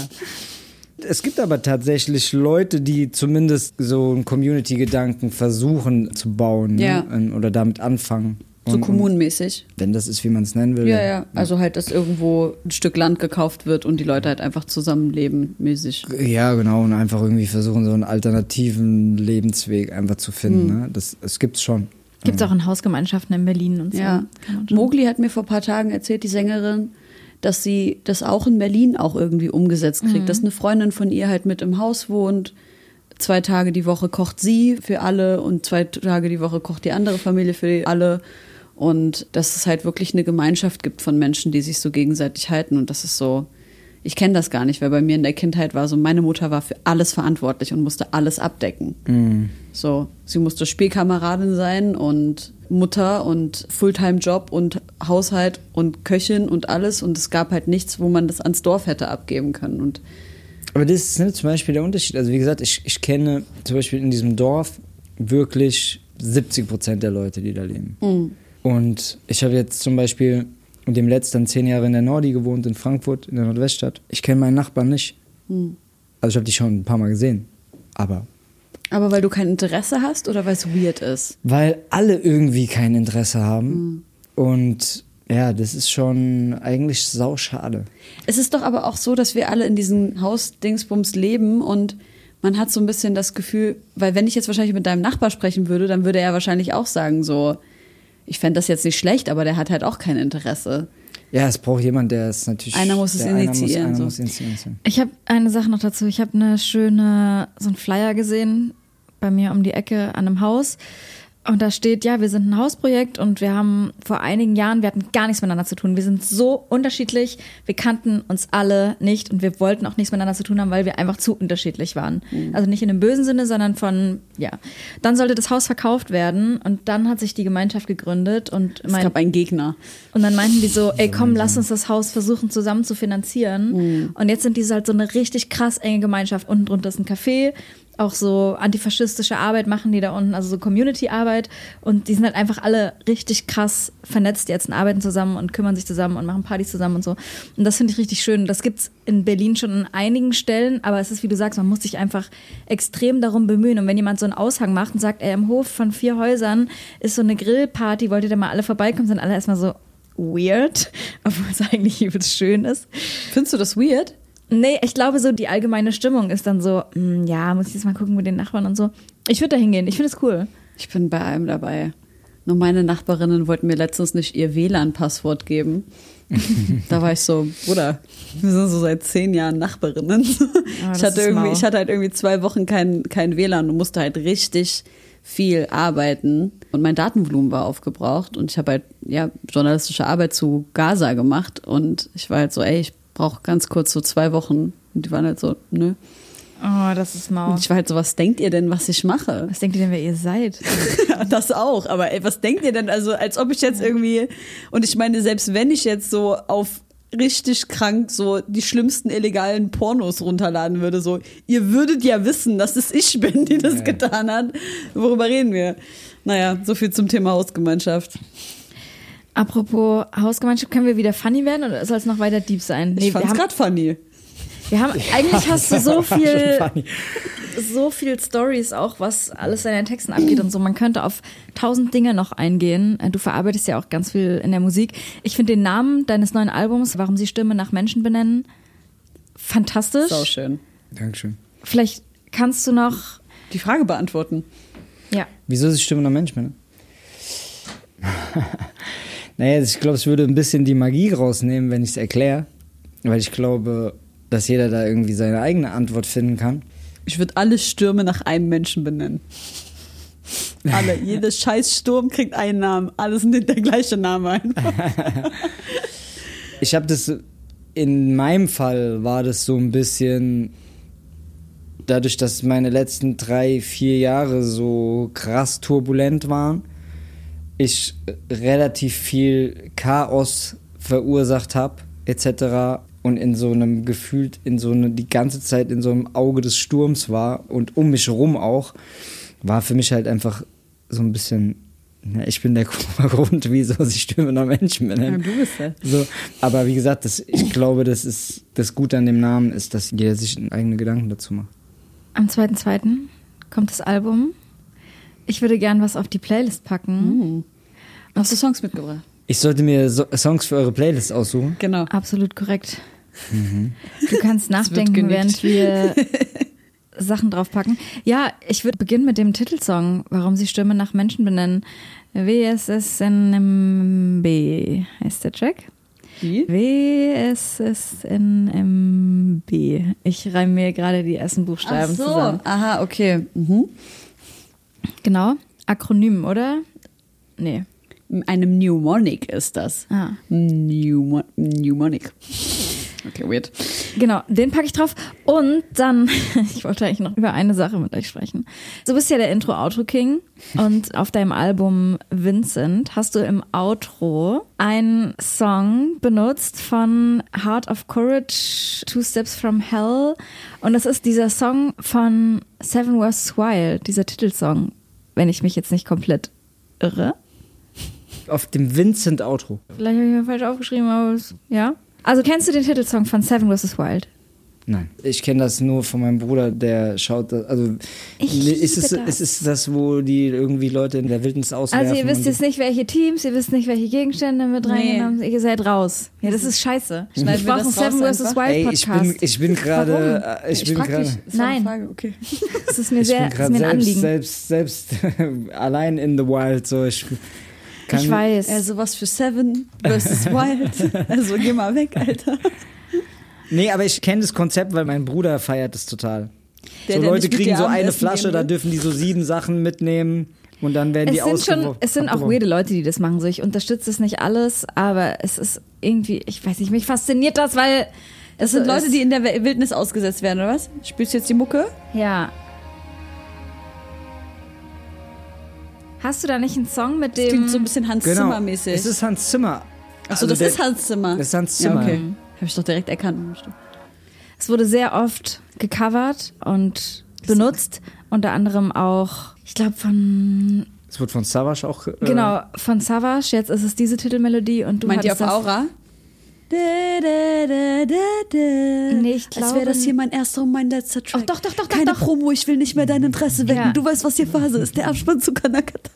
Es gibt aber tatsächlich Leute, die zumindest so einen Community-Gedanken versuchen zu bauen, ne? Oder damit anfangen. So kommunenmäßig. Wenn das ist, wie man es nennen will. Ja. Also halt, dass irgendwo ein Stück Land gekauft wird und die Leute halt einfach zusammenleben mäßig. Ja, genau. Und einfach irgendwie versuchen, so einen alternativen Lebensweg einfach zu finden. Ne? Es gibt's schon. Gibt es auch in Hausgemeinschaften in Berlin und so. Ja. Mowgli hat mir vor ein paar Tagen erzählt, die Sängerin, dass sie das auch in Berlin auch irgendwie umgesetzt kriegt. Dass eine Freundin von ihr halt mit im Haus wohnt. 2 Tage die Woche kocht sie für alle und 2 Tage die Woche kocht die andere Familie für alle. Und dass es halt wirklich eine Gemeinschaft gibt von Menschen, die sich so gegenseitig halten. Und das ist so, ich kenne das gar nicht, weil bei mir in der Kindheit war so, meine Mutter war für alles verantwortlich und musste alles abdecken. So, sie musste Spielkameradin sein und Mutter und Fulltime-Job und Haushalt und Köchin und alles. Und es gab halt nichts, wo man das ans Dorf hätte abgeben können. Und aber das ist zum Beispiel der Unterschied. Also wie gesagt, ich kenne zum Beispiel in diesem Dorf wirklich 70% der Leute, die da leben. Und ich habe jetzt zum Beispiel und dem letzten 10 Jahre in der Nordi gewohnt, in Frankfurt, in der Nordweststadt. Ich kenne meinen Nachbarn nicht. Also ich habe die schon ein paar Mal gesehen. Aber weil du kein Interesse hast oder weil es weird ist? Weil alle irgendwie kein Interesse haben. Und ja, das ist schon eigentlich sauschade. Es ist doch aber auch so, dass wir alle in diesen Hausdingsbums leben und man hat so ein bisschen das Gefühl, weil wenn ich jetzt wahrscheinlich mit deinem Nachbar sprechen würde, dann würde er wahrscheinlich auch sagen so, ich fände das jetzt nicht schlecht, aber der hat halt auch kein Interesse. Ja, es braucht jemand, der es natürlich... Einer muss es initiieren. Einer muss initiieren. Ich habe eine Sache noch dazu. Ich habe so einen Flyer gesehen bei mir um die Ecke an einem Haus. Und da steht, ja, wir sind ein Hausprojekt und wir haben vor einigen Jahren, wir hatten gar nichts miteinander zu tun. Wir sind so unterschiedlich, wir kannten uns alle nicht und wir wollten auch nichts miteinander zu tun haben, weil wir einfach zu unterschiedlich waren. Also nicht in einem bösen Sinne, sondern von, ja. Dann sollte das Haus verkauft werden und dann hat sich die Gemeinschaft gegründet und Es gab einen Gegner. und dann meinten die so, ey komm, lass uns das Haus versuchen zusammen zu finanzieren. Und jetzt sind die halt so eine richtig krass enge Gemeinschaft. Unten drunter ist ein Café, auch so antifaschistische Arbeit machen die da unten, also so Community-Arbeit. Und die sind halt einfach alle richtig krass vernetzt jetzt und arbeiten zusammen und kümmern sich zusammen und machen Partys zusammen und so. Und das finde ich richtig schön. Das gibt's in Berlin schon an einigen Stellen, aber es ist, wie du sagst, man muss sich einfach extrem darum bemühen. Und wenn jemand so einen Aushang macht und sagt, ey, im Hof von 4 Häusern ist so eine Grillparty, wollt ihr da mal alle vorbeikommen, sind alle erstmal so weird, obwohl es eigentlich übelst schön ist. Findest du das weird? Nee, ich glaube so, die allgemeine Stimmung ist dann so, ja, muss ich jetzt mal gucken mit den Nachbarn und so. Ich würde da hingehen, ich finde es cool. Ich bin bei allem dabei. Nur meine Nachbarinnen wollten mir letztens nicht ihr WLAN-Passwort geben. Da war ich so, Bruder, wir sind so seit 10 Jahren Nachbarinnen. Ich hatte halt irgendwie 2 Wochen kein WLAN und musste halt richtig viel arbeiten. Und mein Datenvolumen war aufgebraucht. Und ich habe halt journalistische Arbeit zu Gaza gemacht. Und ich war halt so, ey, ich brauche ganz kurz so 2 Wochen. Und die waren halt so, nö. Oh, das ist mau. Und ich war halt so, was denkt ihr denn, was ich mache? Was denkt ihr denn, wer ihr seid? Das auch, aber ey, was denkt ihr denn? Also, als ob ich jetzt irgendwie, und ich meine, selbst wenn ich jetzt so auf richtig krank so die schlimmsten illegalen Pornos runterladen würde, so, ihr würdet ja wissen, dass es ich bin, die das getan hat. Worüber reden wir? Naja, so viel zum Thema Hausgemeinschaft. Apropos Hausgemeinschaft, können wir wieder funny werden oder soll es noch weiter deep sein? Nee, ich fand's gerade funny. Wir haben, eigentlich hast du so viel Stories auch, was alles in deinen Texten abgeht und so. Man könnte auf 1000 Dinge noch eingehen. Du verarbeitest ja auch ganz viel in der Musik. Ich finde den Namen deines neuen Albums, Warum sie Stimme nach Menschen benennen, fantastisch. Sau schön. Dankeschön. Vielleicht kannst du noch die Frage beantworten. Ja. Wieso ist die Stimme nach Menschen benennen? Naja, ich glaube, es würde ein bisschen die Magie rausnehmen, wenn ich es erkläre. Weil ich glaube, dass jeder da irgendwie seine eigene Antwort finden kann. Ich würde alle Stürme nach einem Menschen benennen. Alle. Jeder Scheißsturm kriegt einen Namen. Alle sind der gleiche Name einfach. Ich habe das, in meinem Fall war das so ein bisschen, dadurch, dass meine letzten 3-4 Jahre so krass turbulent waren, ich relativ viel Chaos verursacht habe, etc. und in so einem gefühlt, die ganze Zeit in so einem Auge des Sturms war und um mich rum auch, war für mich halt einfach so ein bisschen, ich bin der Grund, wieso sich Stimme nach Menschen benennen. Ja, du bist ja. So, aber wie gesagt, ich glaube, das Gute an dem Namen ist, dass jeder sich eigene Gedanken dazu macht. Am 2.2. kommt das Album. Ich würde gern was auf die Playlist packen. Hast du Songs mitgebracht? Ich sollte mir Songs für eure Playlist aussuchen? Genau. Absolut korrekt. Du kannst nachdenken, während wir Sachen draufpacken. Ja, ich würde beginnen mit dem Titelsong, Warum sie Stimme nach Menschen benennen. WSSNMB heißt der Track. Wie? WSSNMB. Ich reime mir gerade die ersten Buchstaben zusammen. Aha, okay. Genau. Akronym, oder? Nee. Eine Mnemonic ist das. Ah. Mnemonic. Okay, weird. Genau, den packe ich drauf. Und dann, ich wollte eigentlich noch über eine Sache mit euch sprechen. Du bist ja der Intro-Outro-King und auf deinem Album Vincent hast du im Outro einen Song benutzt von Heart of Courage, Two Steps from Hell. Und das ist dieser Song von Seven vs. Wild, dieser Titelsong, wenn ich mich jetzt nicht komplett irre. Auf dem Vincent-Outro. Vielleicht habe ich mir falsch aufgeschrieben, aber ja. Also kennst du den Titelsong von Seven vs. Wild? Nein. Ich kenne das nur von meinem Bruder, der schaut, also ist es das, wo die irgendwie Leute in der Wildnis auswerfen? Also ihr wisst jetzt nicht, welche Teams, ihr wisst nicht, welche Gegenstände mit reingenommen sind, ihr seid raus. Ja, das ist scheiße. Ich brauche einen Seven vs. Wild Podcast. Ich bin gerade, Nein. Frage, okay. Das ist mir ein Anliegen. Selbst allein in the wild, so ich weiß. Sowas für Seven vs. Wild. Also geh mal weg, Alter. Nee, aber ich kenne das Konzept, weil mein Bruder feiert das total. Der Leute nicht mit kriegen dir so eine Abendessen Flasche, gehen da will? dürfen die so 7 Sachen mitnehmen. und dann werden die ausgeworfen. Es sind auch weirde Leute, die das machen. So, ich unterstütze es nicht alles, aber es ist irgendwie, ich weiß nicht, mich fasziniert das, weil es sind Leute, die in der Wildnis ausgesetzt werden, oder was? Spielst du jetzt die Mucke? Ja. Hast du da nicht einen Song mit dem... Das klingt so ein bisschen Hans Zimmer-mäßig. Es ist Hans Zimmer. Achso, das ist Hans Zimmer. Das ist Hans Zimmer. Ja, okay. Habe ich doch direkt erkannt. Es wurde sehr oft gecovert und benutzt. Unter anderem auch, ich glaube von... Es wurde von Savage auch... Genau, von Savage. Jetzt ist es diese Titelmelodie und du meint ihr auf Aura? Nee, ich glaube... Als wäre das hier mein erster und mein letzter Track. Doch. Keine Promo, ich will nicht mehr dein Interesse wecken. Ja. Du weißt, was hier Phase ist. Der Abspann zu Kanakata.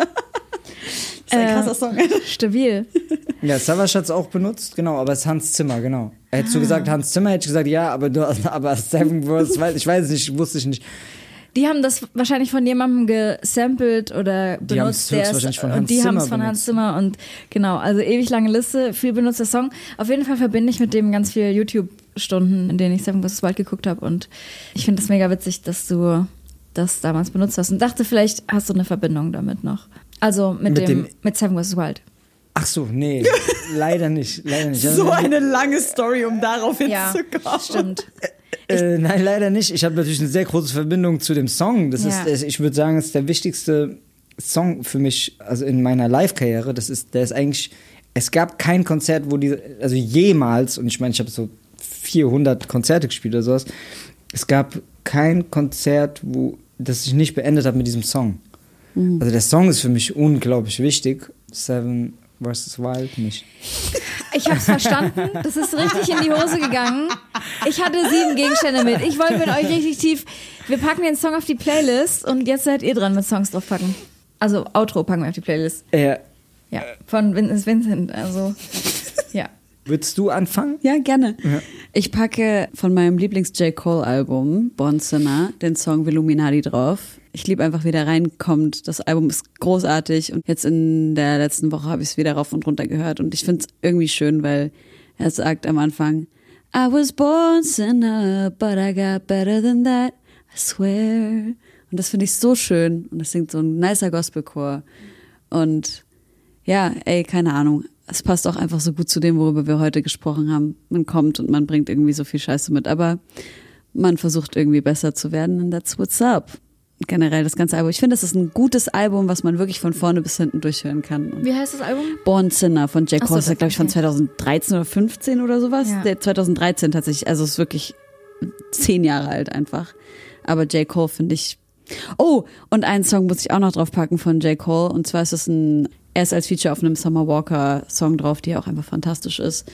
Das ist ein krasser Song. Stabil. Ja, Savage hat es auch benutzt, genau, aber es ist Hans Zimmer, genau. Hättest du gesagt Hans Zimmer, hätte ich gesagt, ja, aber Seven Worlds, ich weiß es nicht, wusste ich nicht. Die haben das wahrscheinlich von jemandem gesampelt oder benutzt. Die haben es höchstwahrscheinlich von Hans Zimmer Die haben es von Hans Zimmer und genau, also ewig lange Liste, viel benutzter Song. Auf jeden Fall verbinde ich mit dem ganz viele YouTube-Stunden, in denen ich Seven vs. Wild geguckt habe und ich finde es mega witzig, dass du das damals benutzt hast und dachte, vielleicht hast du eine Verbindung damit noch. Also mit Seven vs. Wild. Ach so, nee, leider nicht. So eine lange Story, um darauf hinzukommen. Ja, stimmt. Nein, leider nicht. Ich habe natürlich eine sehr große Verbindung zu dem Song. Das ist, ich würde sagen, es ist der wichtigste Song für mich, also in meiner Live-Karriere. Der ist eigentlich, es gab kein Konzert, wo also jemals, und ich meine, ich habe so 400 Konzerte gespielt oder sowas, es gab kein Konzert, das ich nicht beendet habe mit diesem Song. Mhm. Also der Song ist für mich unglaublich wichtig. Seven vs. Wild nicht. Ich hab's verstanden. Das ist richtig in die Hose gegangen. Ich hatte 7 Gegenstände mit. Ich wollte mit euch richtig tief... Wir packen den Song auf die Playlist und jetzt seid ihr dran mit Songs draufpacken. Also Outro packen wir auf die Playlist. Ja, von Vincent. Also, ja. Würdest du anfangen? Ja, gerne. Ja. Ich packe von meinem Lieblings-J. Cole-Album, Born Sinner, den Song Illuminati drauf. Ich liebe einfach, wie der reinkommt. Das Album ist großartig und jetzt in der letzten Woche habe ich es wieder rauf und runter gehört und ich finde es irgendwie schön, weil er sagt am Anfang, I was born sinner, but I got better than that, I swear. Und das finde ich so schön und das singt so ein nicer Gospelchor und ja, keine Ahnung. Es passt auch einfach so gut zu dem, worüber wir heute gesprochen haben. Man kommt und man bringt irgendwie so viel Scheiße mit, aber man versucht irgendwie besser zu werden and that's what's up. Generell das ganze Album. Ich finde, das ist ein gutes Album, was man wirklich von vorne bis hinten durchhören kann. Wie heißt das Album? Born Sinner von J. Cole. Das ist, glaube ich, von 2013 oder 15 oder sowas. Ja. Der 2013 tatsächlich. Also es ist wirklich 10 Jahre alt einfach. Aber J. Cole finde ich... Oh, und einen Song muss ich auch noch drauf packen von J. Cole. Und zwar ist es er ist als Feature auf einem Summer Walker Song drauf, die auch einfach fantastisch ist.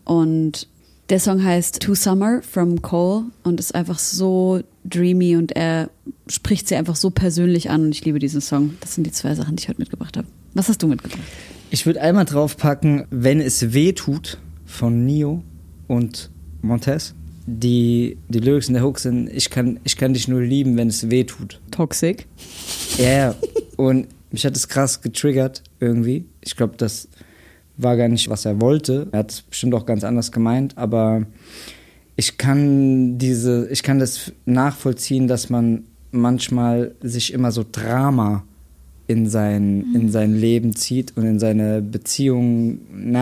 Und der Song heißt To Summer from Cole und ist einfach so dreamy und er spricht sie einfach so persönlich an und ich liebe diesen Song. Das sind die 2 Sachen, die ich heute mitgebracht habe. Was hast du mitgebracht? Ich würde einmal draufpacken, Wenn es weh tut von Nio und Montez. Die Lyrics in der Hook sind, ich kann dich nur lieben, wenn es weh tut. Toxic. Ja, und mich hat es krass getriggert irgendwie. Ich glaube, das war gar nicht, was er wollte. Er hat es bestimmt auch ganz anders gemeint, aber ich kann das nachvollziehen, dass man manchmal sich immer so Drama in sein Leben zieht und in seine in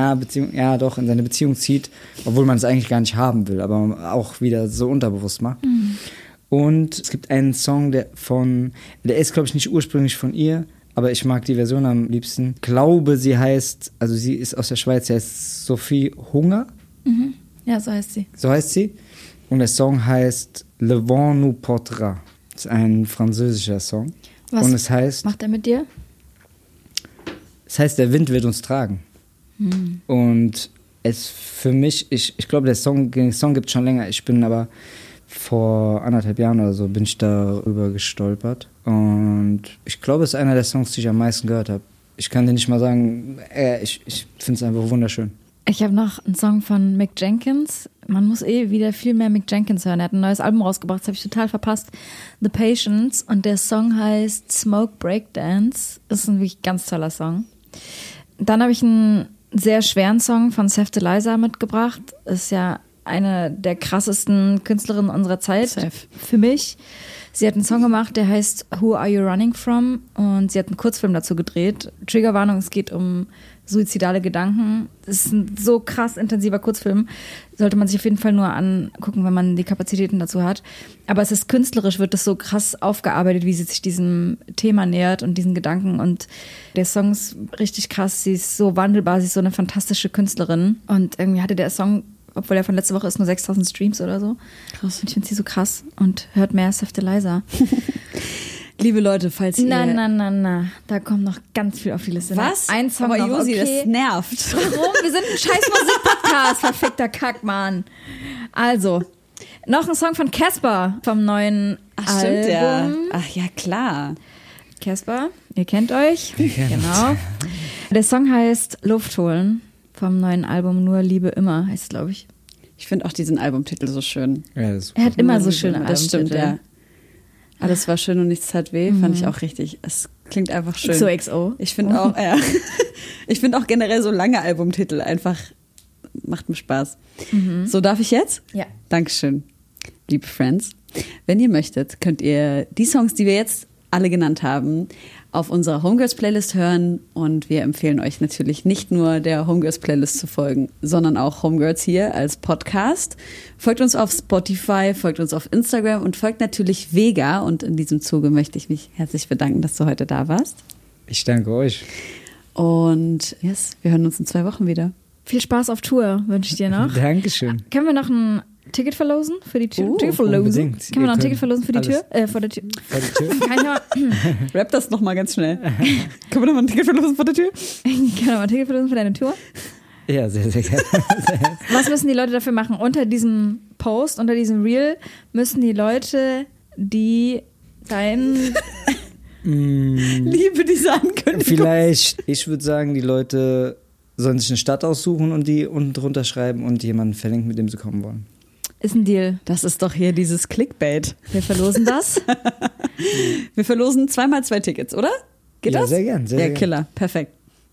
seine Beziehung zieht, obwohl man es eigentlich gar nicht haben will, aber auch wieder so unterbewusst macht. Mhm. Und es gibt einen Song, der ist, glaube ich, nicht ursprünglich von ihr, aber ich mag die Version am liebsten. Glaube, sie ist aus der Schweiz, sie heißt Sophie Hunger. Mhm. Ja, so heißt sie. So heißt sie. Und der Song heißt Le Vent nous portera. Das ist ein französischer Song. Was und es heißt, macht er mit dir? Es heißt, der Wind wird uns tragen. Mhm. Und es für mich, ich glaube, den Song gibt es schon länger. Ich bin aber vor 1,5 Jahren oder so bin ich darüber gestolpert. Und ich glaube, es ist einer der Songs, die ich am meisten gehört habe. Ich kann dir nicht mal sagen, ich finde es einfach wunderschön. Ich habe noch einen Song von Mick Jenkins. Man muss wieder viel mehr Mick Jenkins hören. Er hat ein neues Album rausgebracht, das habe ich total verpasst. The Patience. Und der Song heißt Smoke Breakdance. Das ist ein wirklich ganz toller Song. Dann habe ich einen sehr schweren Song von Seth Eliza mitgebracht. Ist ja eine der krassesten Künstlerinnen unserer Zeit. Safe. Für mich. Sie hat einen Song gemacht, der heißt Who Are You Running From? Und sie hat einen Kurzfilm dazu gedreht. Triggerwarnung, es geht um suizidale Gedanken. Es ist ein so krass intensiver Kurzfilm. Sollte man sich auf jeden Fall nur angucken, wenn man die Kapazitäten dazu hat. Aber es ist künstlerisch, wird das so krass aufgearbeitet, wie sie sich diesem Thema nähert und diesen Gedanken. Und der Song ist richtig krass. Sie ist so wandelbar, sie ist so eine fantastische Künstlerin. Und irgendwie hatte der Song, obwohl er von letzter Woche ist, nur 6.000 Streams oder so. Krass. Und ich finde sie so krass. Und hört mehr Safety Liza. Liebe Leute, falls ihr... Na. Da kommt noch ganz viel auf die Liste. Was? Ein Song aber noch, Josi, okay. das nervt. Warum? Wir sind ein scheiß Musikpodcast. Verfickter Kack, Mann. Also, noch ein Song von Casper vom neuen Ach, stimmt, ja. Album. Ach ja, klar. Casper, ihr kennt euch. Genau. Der Song heißt Luft holen vom neuen Album Nur Liebe immer, heißt es, glaube ich. Ich finde auch diesen Albumtitel so schön. Ja, das ist Er hat immer so schöne Albumtitel. Das stimmt, ja. Alles war schön und nichts tat weh, fand ich auch richtig. Es klingt einfach schön. XOXO. Ich finde auch, ja. Ich finde auch generell so lange Albumtitel einfach, macht mir Spaß. So, darf ich jetzt? Ja. Dankeschön, liebe Friends. Wenn ihr möchtet, könnt ihr die Songs, die wir jetzt alle genannt haben, auf unserer Homegirls-Playlist hören. Und wir empfehlen euch natürlich nicht nur der Homegirls-Playlist zu folgen, sondern auch Homegirls hier als Podcast. Folgt uns auf Spotify, folgt uns auf Instagram und folgt natürlich Vega. Und in diesem Zuge möchte ich mich herzlich bedanken, dass du heute da warst. Ich danke euch. Und yes, wir hören uns in 2 Wochen wieder. Viel Spaß auf Tour wünsche ich dir noch. Dankeschön. Können wir noch ein Ticket verlosen für die Tür? Ticket unbedingt. Können wir noch ein Ihr Ticket verlosen für die Tür? Vor der Tür. Vor der Tür? Kann ich noch, Rap das nochmal ganz schnell. Können wir nochmal ein Ticket verlosen vor der Tür? kann ich noch mal ein Ticket verlosen für deine Tour? Ja, sehr, sehr gerne. Was müssen die Leute dafür machen? Unter diesem Post, unter diesem Reel, müssen die Leute, die dein... Liebe diese Ankündigung. Vielleicht, ich würde sagen, die Leute sollen sich eine Stadt aussuchen und die unten drunter schreiben und jemanden verlinken, mit dem sie kommen wollen. Ist ein Deal. Das ist doch hier dieses Clickbait. Wir verlosen das. Wir verlosen 2x2 Tickets, oder? Geht Ja, das? sehr gern, sehr Ja, gern. Killer. Perfekt.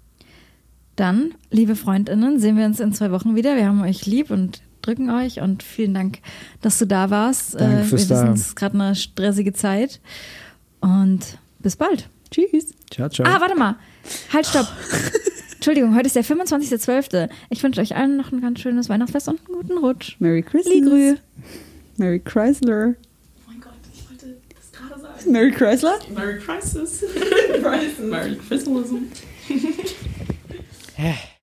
Dann, liebe FreundInnen, sehen wir uns in 2 Wochen wieder. Wir haben euch lieb und drücken euch und vielen Dank, dass du da warst. Danke fürs wir wissen, Da. es ist gerade eine stressige Zeit und bis bald. Tschüss. Ciao, ciao. Ah, warte mal. Halt, stopp. Entschuldigung, heute ist der 25.12. Ich wünsche euch allen noch ein ganz schönes Weihnachtsfest und einen guten Rutsch. Merry Christmas. Ligrü. Merry Chrysler. Oh mein Gott, ich wollte das gerade sagen. Merry Chrysler? Merry Crisis. Merry Christmas.